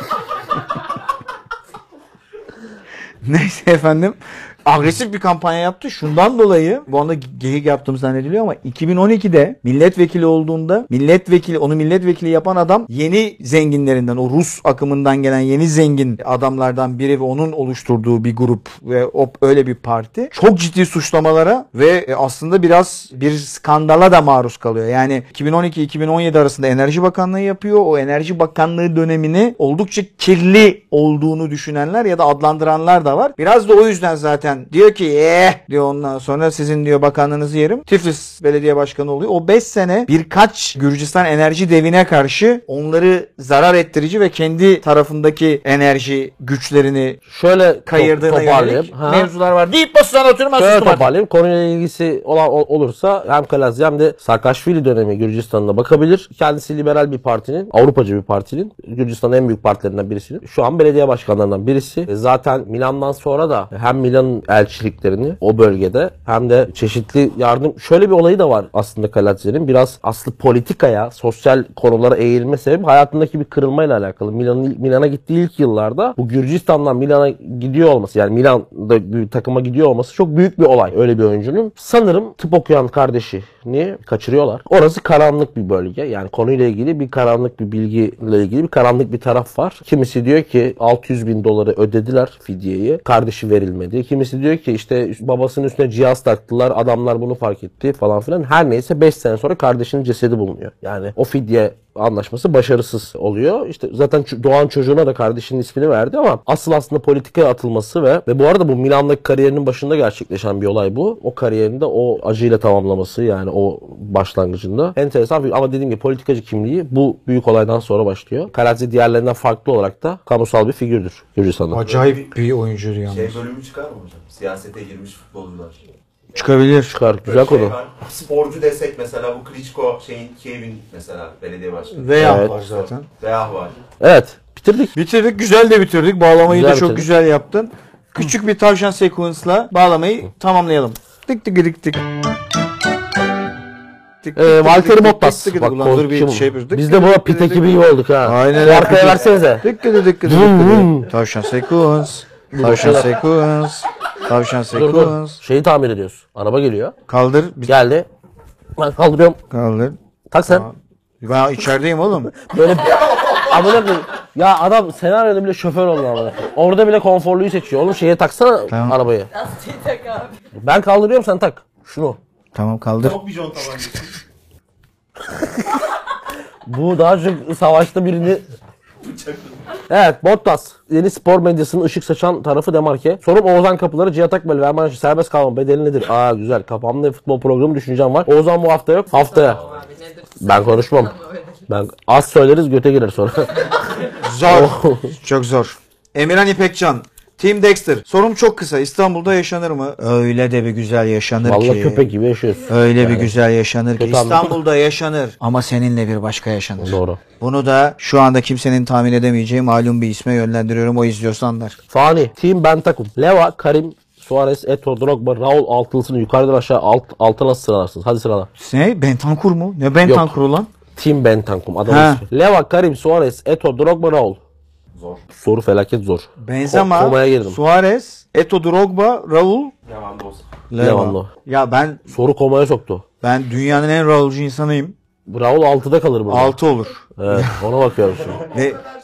Speaker 1: Neyse efendim. Agresif bir kampanya yaptı. Şundan dolayı bu anda geyik yaptığım zannediliyor ama 2012'de milletvekili olduğunda onu milletvekili yapan adam yeni zenginlerinden o Rus akımından gelen yeni zengin adamlardan biri ve onun oluşturduğu bir grup ve öyle bir parti çok ciddi suçlamalara ve aslında biraz bir skandala da maruz kalıyor. Yani 2012-2017 arasında Enerji Bakanlığı yapıyor. O Enerji Bakanlığı dönemini oldukça kirli olduğunu düşünenler ya da adlandıranlar da var. Biraz da o yüzden zaten diyor ki diyor ondan sonra sizin diyor bakanlığınızı yerim. Tiflis belediye başkanı oluyor. O 5 sene birkaç Gürcistan enerji devine karşı onları zarar ettirici ve kendi tarafındaki enerji güçlerini
Speaker 2: Şöyle
Speaker 1: kayırdığına yönelik
Speaker 2: toparlayayım. Ha.
Speaker 1: mevzular var. Deyip basın anlatıyorum ben
Speaker 2: Şöyle
Speaker 1: sustum artık.
Speaker 2: toparlayayım. Konuyla ilgisi olan olursa hem Kaladze hem de Saakashvili dönemi Gürcistan'da bakabilir. Kendisi liberal bir partinin, Avrupacı bir partinin, Gürcistan'ın en büyük partilerinden birisinin. Şu an belediye başkanlarından birisi. Zaten Milan'dan sonra da hem Milan'ın elçiliklerini o bölgede hem de çeşitli yardım. Şöyle bir olayı da var aslında Kaladze'nin. Biraz aslı politikaya, sosyal konulara eğilme sebebi hayatındaki bir kırılmayla alakalı. Milan'a gittiği ilk yıllarda bu Gürcistan'dan Milan'a gidiyor olması, yani Milan'da bir takıma gidiyor olması çok büyük bir olay. Öyle bir oyuncunun. Sanırım tıp okuyan kardeşini kaçırıyorlar. Orası karanlık bir bölge. Yani konuyla ilgili bir karanlık bir bilgiyle ilgili bir karanlık bir taraf var. Kimisi diyor ki 600 bin doları ödediler fidyeyi. Kardeşi verilmedi. Kimisi diyor ki işte babasının üstüne cihaz taktılar. Adamlar bunu fark etti falan filan. Her neyse 5 sene sonra kardeşinin cesedi bulunuyor. Yani o fidye anlaşması başarısız oluyor. İşte zaten doğan çocuğuna da kardeşinin ismini verdi ama asıl aslında politikaya atılması ve bu arada bu Milan'daki kariyerinin başında gerçekleşen bir olay bu. O kariyerinde o acıyla tamamlaması, yani o başlangıcında. Enteresan ama dediğim gibi politikacı kimliği bu büyük olaydan sonra başlıyor. Kaladze diğerlerinden farklı olarak da kamusal bir figürdür Gürcistan'da.
Speaker 1: Acayip bir oyuncuydu yalnız.
Speaker 3: Şey bölümü çıkar mı hocam? Siyasete girmiş futbolcular.
Speaker 1: Çıkabilir.
Speaker 2: Çıkar. Güzel
Speaker 3: Şey
Speaker 2: konu.
Speaker 3: var, sporcu desek mesela bu Klitschko Kiev'in mesela belediye başkanı.
Speaker 1: Veya
Speaker 2: Evet.
Speaker 1: var zaten.
Speaker 3: Veya var.
Speaker 2: Evet. Bitirdik.
Speaker 1: Bitirdik. Güzel de bitirdik. Bağlamayı
Speaker 2: Güzel
Speaker 1: da çok
Speaker 2: bitirdik.
Speaker 1: güzel yaptın. Küçük bir tavşan sekansla bağlamayı tamamlayalım. Tık tık tık tık.
Speaker 2: Valtteri Bottas. Bak,
Speaker 1: Ulan dur bir
Speaker 2: kim?
Speaker 1: şey yapıyoruz.
Speaker 2: Biz de bu pit ekibi gibi olduk ha.
Speaker 1: Aynen.
Speaker 2: Bu arkaya versenize.
Speaker 1: Tık tık tık tık tık. Tavşan sekans. Tavşan sekans. Tavşan
Speaker 2: Dur dur.
Speaker 1: sekans.
Speaker 2: Şeyi tamir ediyoruz. Araba geliyor.
Speaker 1: Kaldır. Bir
Speaker 2: Geldi. Ben kaldırıyorum.
Speaker 1: kaldır.
Speaker 2: Tak sen.
Speaker 1: Ben içerideyim oğlum.
Speaker 2: Böyle amına koyayım. Ya adam senaryoda bile şoför oldu amına koyayım. Orada bile konforluyu seçiyor. Oğlum şeye taksana
Speaker 1: Tamam.
Speaker 2: arabayı.
Speaker 5: Lastiği tak abi.
Speaker 2: Ben kaldırıyorum sen tak. Şunu.
Speaker 1: Tamam kaldır.
Speaker 3: Çok bir John tabancası.
Speaker 2: Bu daha çok savaşta birini... Evet, Bottas. Yeni spor medyasının ışık saçan tarafı Demarke. Sorum Oğuzhan Kapıları, Cihat Akbel ve Erman Yaşar serbest kalma bedeli nedir? Aa güzel. Kafamda futbol programı düşüneceğim var. Oğuzhan bu hafta yok. Haftaya.
Speaker 5: Abi nedir?
Speaker 2: Ben konuşmam. Ben az söyleriz göte girer sonra.
Speaker 1: Zor. Çok zor. Emirhan İpekcan. Team Dexter. Sorum çok kısa. İstanbul'da yaşanır mı? Öyle de bir güzel yaşanır
Speaker 2: Vallahi
Speaker 1: ki.
Speaker 2: köpek gibi yaşıyoruz.
Speaker 1: Öyle bir güzel yaşanır ki.
Speaker 2: Kötü anlamda.
Speaker 1: İstanbul'da yaşanır. Ama seninle bir başka yaşanır.
Speaker 2: Doğru.
Speaker 1: Bunu da şu anda kimsenin tahmin edemeyeceği malum bir isme yönlendiriyorum. O izliyorsa anlar.
Speaker 2: Fani. Team Ben takım. Leva, Karim, Suarez, Eto'o, Drogba, Raul altılısını yukarıdan aşağı alta nasıl sıralarsınız? Hadi sırala.
Speaker 1: Ne? Bentancur mu? Ne Bentancur'u lan?
Speaker 2: Team Ben takım.
Speaker 1: Ha.
Speaker 2: Adamın ismi. Leva, Karim, Suarez, Eto'o, Drogba, Raul.
Speaker 7: Zor.
Speaker 2: Soru felaket zor.
Speaker 1: Benzema,
Speaker 2: Komaya girdim.
Speaker 1: Suarez, Eto'o, Drogba, Raul,
Speaker 7: Lewandowski.
Speaker 2: Lewandowski.
Speaker 1: Ya
Speaker 2: Soru komaya soktu.
Speaker 1: ben dünyanın en Raul'cu insanıyım.
Speaker 2: Raul 6'da kalır burada.
Speaker 1: 6 olur.
Speaker 2: Evet, ona bakıyorum şimdi.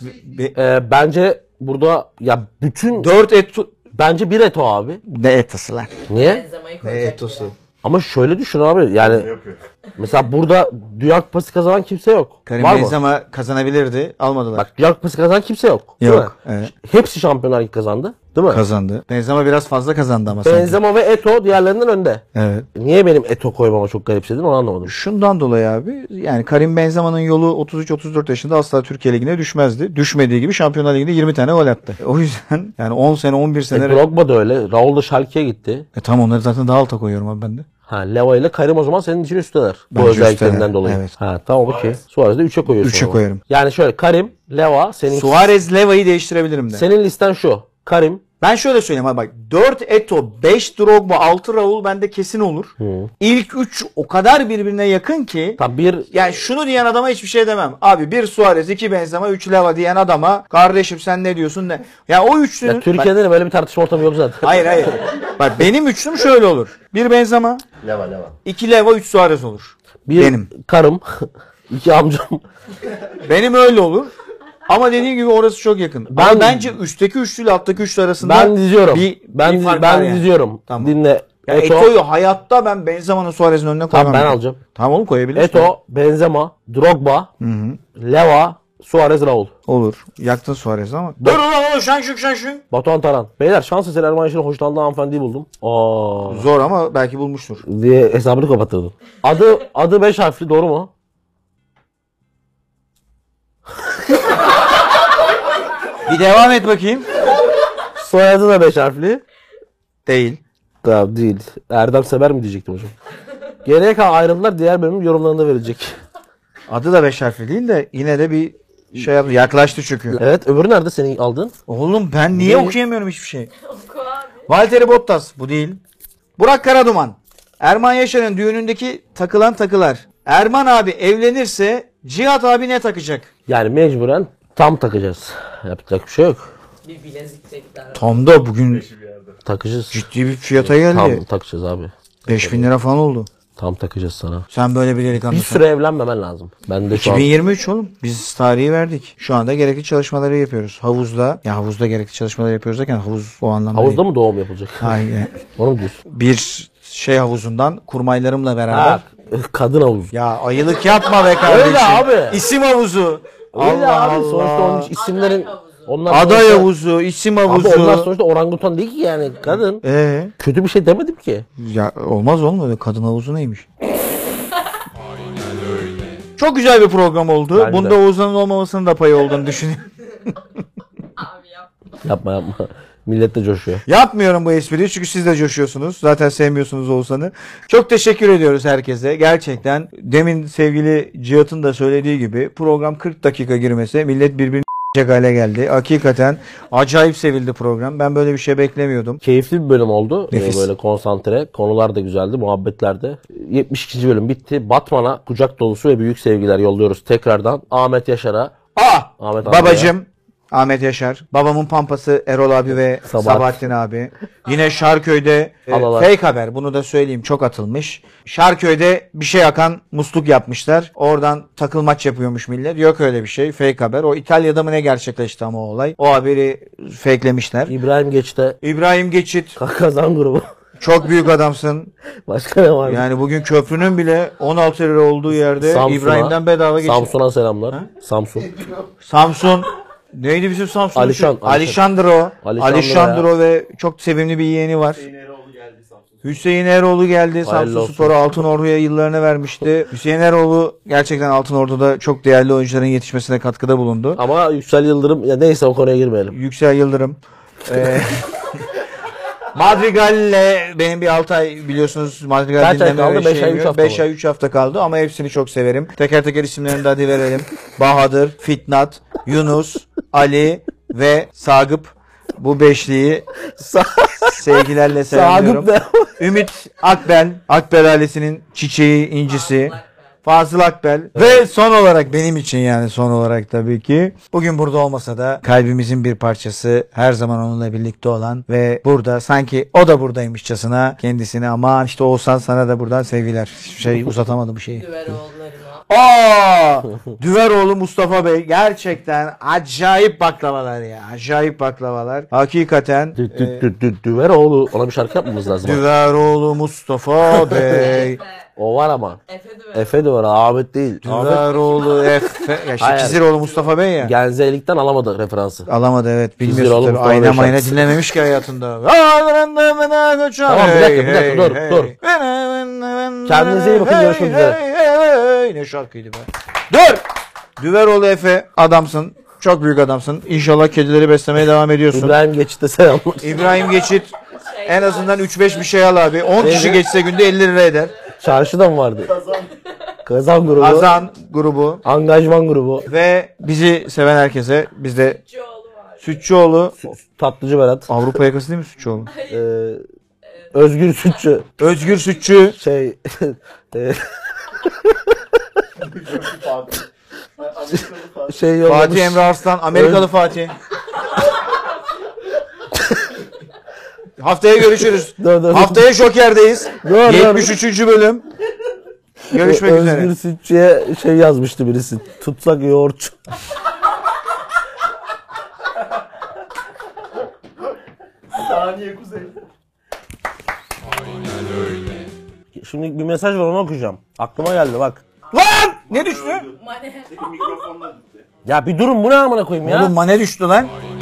Speaker 1: Ve
Speaker 2: Bence burada ya bütün
Speaker 1: 4 Eto...
Speaker 2: bence bir Eto'o abi.
Speaker 1: Ne Eto'su lan?
Speaker 2: Niye?
Speaker 5: Benzema'yı
Speaker 1: Ne
Speaker 5: koyacak.
Speaker 1: Eto'su?
Speaker 2: Ama şöyle düşün abi yani mesela burada Dünya Kupası kazanan kimse yok.
Speaker 1: Karim
Speaker 2: Var mı?
Speaker 1: Benzema kazanabilirdi. Almadılar.
Speaker 2: Bak Dünya Kupası kazanan kimse yok. Değil
Speaker 1: Yok.
Speaker 2: mi?
Speaker 1: Evet.
Speaker 2: Hepsi Şampiyonlar Ligi kazandı. Değil mi?
Speaker 1: Kazandı. Benzema biraz fazla kazandı ama sanki.
Speaker 2: Benzema ve Eto'o diğerlerinden önde.
Speaker 1: Evet.
Speaker 2: Niye benim Eto'o koymama çok garipsedin onu anlamadım.
Speaker 1: Şundan dolayı abi yani Karim Benzema'nın yolu 33-34 yaşında asla Türkiye Ligi'ne düşmezdi. Düşmediği gibi Şampiyonlar Ligi'nde 20 tane gol attı. O yüzden yani 10 sene 11 sene...
Speaker 2: Drogba da öyle. Raul da Schalke'ye gitti.
Speaker 1: Tam onları zaten daha alta koyuyorum abi ben de.
Speaker 2: Ha Leva ile Karim o zaman senin için üstteler. Bu
Speaker 1: Bence
Speaker 2: özelliklerinden
Speaker 1: üstteler,
Speaker 2: dolayı.
Speaker 1: evet.
Speaker 2: Ha tamam okey. Suarez'i de 3'e koyuyorsun.
Speaker 1: 3'e
Speaker 2: o zaman.
Speaker 1: koyarım.
Speaker 2: Yani şöyle Karim, Leva senin
Speaker 1: Suarez Leva'yı değiştirebilirim de.
Speaker 2: senin listen şu. Karim,
Speaker 1: Ben şöyle söyleyeyim abi bak 4 Eto'o, 5 Drogba, 6 Raul bende kesin olur. İlk 3 o kadar birbirine yakın ki
Speaker 2: tam bir
Speaker 1: yani şunu diyen adama hiçbir şey demem. Abi 1 Suarez, 2 Benzema, 3 Leva diyen adama kardeşim sen ne diyorsun ne? Ya o üçlünün...
Speaker 2: ya Türkiye'de de böyle bir tartışma ortamı yok zaten.
Speaker 1: Hayır. Bak benim üçlüm şöyle olur. 1 Benzema,
Speaker 7: Leva.
Speaker 1: 2 Leva, 3 Suarez olur.
Speaker 2: Bir
Speaker 1: Benim.
Speaker 2: karım, iki amcam.
Speaker 1: Benim öyle olur. Ama dediğim gibi orası çok yakın.
Speaker 2: Ben-
Speaker 1: Ama bence üstteki üçlüyle alttaki üçlü arasında
Speaker 2: Ben diziyorum.
Speaker 1: bir
Speaker 2: ben
Speaker 1: fark var yani.
Speaker 2: diziyorum.
Speaker 1: Tamam.
Speaker 2: Dinle.
Speaker 1: Ya
Speaker 2: Eto'o,
Speaker 1: Eto'yu hayatta ben Benzema'nın Suarez'in önüne koymam.
Speaker 2: tamam ben alacağım.
Speaker 1: Tamam oğlum koyabilirsin.
Speaker 2: Eto'o, Benzema, Drogba, Leva, Suarez, Raul.
Speaker 1: Olur. Yaktın Suarez'i ama. Dur ulan şanşuk.
Speaker 2: Batuhan Taran. Beyler şans eseri Erman Yaşar'ın hoşlandığı hanımefendiyi buldum. Aa
Speaker 1: Zor ama belki bulmuştur.
Speaker 2: diye hesabını kapatırdım. Adı 5 harfli doğru mu?
Speaker 1: Bir devam et bakayım.
Speaker 2: Soyadı da 5 harfli.
Speaker 1: Değil.
Speaker 2: Tamam değil. Erdem Sever mi diyecektim hocam. Geriye kalan ayrıntılar diğer bölümün yorumlarında verilecek.
Speaker 1: Adı da 5 harfli değil de yine de bir şey yaptı. Yaklaştı çünkü.
Speaker 2: Evet öbürü nerede senin aldığın?
Speaker 1: Oğlum ben niye
Speaker 2: Ne?
Speaker 1: okuyamıyorum hiçbir şey?
Speaker 5: Oku abi.
Speaker 1: Valtteri Bottas bu değil. Burak Karaduman. Erman Yaşar'ın düğünündeki takılan takılar. Erman abi evlenirse Cihat abi ne takacak?
Speaker 2: Yani mecburen tam takacağız. Yapacak bir şey yok.
Speaker 5: Bir bilezik tekrar.
Speaker 1: Tam da bugün
Speaker 2: Takacağız.
Speaker 1: ciddi bir fiyata geldi.
Speaker 2: Tam takacağız abi.
Speaker 1: 5000 lira falan oldu.
Speaker 2: Tam takacağız sana.
Speaker 1: Sen böyle bir
Speaker 2: Bir
Speaker 1: delikanlısın.
Speaker 2: süre evlenmemen lazım. Ben de şu an
Speaker 1: 2023 oğlum. Biz tarihi verdik. Şu anda gerekli çalışmaları yapıyoruz. Havuzda gerekli çalışmaları yapıyoruz derken havuz o anlamda
Speaker 2: havuzda
Speaker 1: değil.
Speaker 2: mı doğum yapılacak?
Speaker 1: Hayır.
Speaker 2: Onu mu diyorsun?
Speaker 1: Bir şey havuzundan kurmaylarımla beraber.
Speaker 2: Ha, kadın havuzu.
Speaker 1: Ya ayılık yapma be kardeşim.
Speaker 2: Öyle abi.
Speaker 1: İsim havuzu.
Speaker 2: Öyle
Speaker 1: Allah
Speaker 2: abi sonuçta onun
Speaker 1: Allah.
Speaker 2: isimlerin
Speaker 5: Aday havuzu.
Speaker 2: onlar
Speaker 1: Aday
Speaker 2: sonuçta-
Speaker 1: havuzu, isim
Speaker 2: Abi
Speaker 1: havuzu.
Speaker 2: onlar sonuçta orangutan değil ki yani kadın. Kötü bir şey demedim ki.
Speaker 1: Ya olmaz oğlum öyle kadın havuzu neymiş? Çok güzel bir program oldu.
Speaker 2: Bence
Speaker 1: Bunda
Speaker 2: de.
Speaker 1: Oğuzhan'ın olmamasının da payı olduğunu düşünüyorum.
Speaker 5: Abi yap.
Speaker 2: Yapma. Millet de coşuyor.
Speaker 1: Yapmıyorum bu espriyi çünkü siz de coşuyorsunuz. Zaten sevmiyorsunuz Oğuzhan'ı. Çok teşekkür ediyoruz herkese. Gerçekten demin sevgili Cihat'ın da söylediği gibi program 40 dakika girmese millet birbirini hale geldi. Hakikaten acayip sevildi program. Ben böyle bir şey beklemiyordum.
Speaker 2: Keyifli bir bölüm oldu.
Speaker 1: Nefis.
Speaker 2: Böyle konsantre. Konular da güzeldi. Muhabbetler de. 72. bölüm bitti. Batman'a kucak dolusu ve büyük sevgiler yolluyoruz tekrardan. Ahmet Yaşar'a. Ahmet
Speaker 1: Babacım Ahmet Yaşar. Babamın pampası Erol abi ve
Speaker 2: Sabahattin.
Speaker 1: Sabahattin abi. Yine Şarköy'de
Speaker 2: Alalar.
Speaker 1: fake haber. Bunu da söyleyeyim. Çok atılmış. Şarköy'de bir şey akan musluk yapmışlar. Oradan takılmaç yapıyormuş millet. Yok öyle bir şey. Fake haber. O İtalya'da mı ne gerçekleşti ama o olay. O haberi fakelemişler.
Speaker 2: İbrahim Geçit'e
Speaker 1: İbrahim Geçit.
Speaker 2: kazan grubu.
Speaker 1: Çok büyük adamsın.
Speaker 2: Başka ne var?
Speaker 1: Yani bugün köprünün bile 16 lira olduğu yerde
Speaker 2: Samsun'a-
Speaker 1: İbrahim'den bedava geçiyor.
Speaker 2: Samsun'a selamlar. Samsun.
Speaker 1: Samsun. Neydi bizim Samsun?
Speaker 2: Alişan.
Speaker 1: Alişandro.
Speaker 2: Alişandro
Speaker 1: Alişandro ve çok sevimli bir yeğeni var. Hüseyin Eroğlu geldi. Samsun
Speaker 2: olsun.
Speaker 1: Spor'a Altınordu'ya yıllarını vermişti. Hüseyin Eroğlu gerçekten Altınordu'da çok değerli oyuncuların yetişmesine katkıda bulundu.
Speaker 2: Ama Yüksel Yıldırım ya neyse o konuya girmeyelim.
Speaker 1: Yüksel Yıldırım. Madrigal'le benim bir 6 ay biliyorsunuz Madrigal
Speaker 2: Kaç ay
Speaker 1: dinleme
Speaker 2: kaldı?
Speaker 1: ve
Speaker 2: 5 ay,
Speaker 1: şeyim
Speaker 2: 3
Speaker 1: yok.
Speaker 2: hafta
Speaker 1: 5
Speaker 2: mı?
Speaker 1: ay 3 hafta kaldı ama hepsini çok severim. Teker teker isimlerini de hadi verelim. Bahadır, Fitnat, Yunus, Ali ve Sagıp. Bu beşliyi sevgilerle selamlıyorum.
Speaker 2: Sagıp
Speaker 1: Ümit Akbel, Akbel ailesinin çiçeği, incisi. Fazıl Akbel ve son olarak benim için yani son olarak tabii ki bugün burada olmasa da kalbimizin bir parçası her zaman onunla birlikte olan ve burada sanki o da buradaymışçasına kendisine aman işte Oğuzhan sana da buradan sevgiler. Uzatamadım bu şeyi.
Speaker 5: Düveroğullarına.
Speaker 1: Düveroğlu Mustafa Bey gerçekten acayip baklavalar ya. Acayip baklavalar. Hakikaten
Speaker 2: Düveroğlu ona bir şarkı yapmamız lazım.
Speaker 1: Düveroğlu Mustafa Bey.
Speaker 2: O var ama.
Speaker 5: Efe Düver.
Speaker 2: Efe de var. Ahmet değil. Ahmet
Speaker 1: Düveroğlu Efe. Ya işte
Speaker 2: Hayır.
Speaker 1: Ciziroğlu Mustafa Bey ya.
Speaker 2: Genzelik'ten alamadı referansı.
Speaker 1: Alamadı evet. Bilmiyorsun
Speaker 2: Ciziroğlu
Speaker 1: tabii.
Speaker 2: Mustafa
Speaker 1: Ayna
Speaker 2: Bey
Speaker 1: mayna
Speaker 2: şarkısı.
Speaker 1: dinlememiş ki hayatında.
Speaker 2: Tamam, bir dakika, dur. Kendinize iyi bakın, görüşmek üzere.
Speaker 1: Ne şarkıydı be. Dur. Düveroğlu Efe adamsın. Çok büyük adamsın. İnşallah kedileri beslemeye devam ediyorsun.
Speaker 2: İbrahim Geçit'e selamlar.
Speaker 1: İbrahim Geçit en azından 3-5 bir şey al abi. 10 kişi geçse günde 50 lira eder.
Speaker 2: Çarşıda mı vardı? Kazan grubu.
Speaker 1: Azan grubu
Speaker 2: Angajman grubu.
Speaker 1: ve bizi seven herkese biz de
Speaker 5: Çoğulu var.
Speaker 1: Sütçüoğlu
Speaker 2: Tatlıcı Berat.
Speaker 1: Avrupa yakası değil mi Sütçüoğlu?
Speaker 2: Özgür Sütçü.
Speaker 1: Özgür Sütçü.
Speaker 2: Şey. şey yollamış.
Speaker 1: Fatih Emre Arslan, Amerikalı Fatih. Haftaya görüşürüz.
Speaker 2: Dur.
Speaker 1: Haftaya Joker'deyiz.
Speaker 2: Dur.
Speaker 1: 73. bölüm. Görüşmek üzere.
Speaker 2: Özgür Sütçü'ye şey yazmıştı birisi. Tutsak yoğurt.
Speaker 7: Saniye kuzey.
Speaker 2: Şimdi bir mesaj var onu okuyacağım. Aklıma geldi bak.
Speaker 1: Lan! Ne düştü?
Speaker 5: Mane.
Speaker 2: Ya bir durun bu ne amına koyayım ya?
Speaker 1: Oğlum mane düştü lan.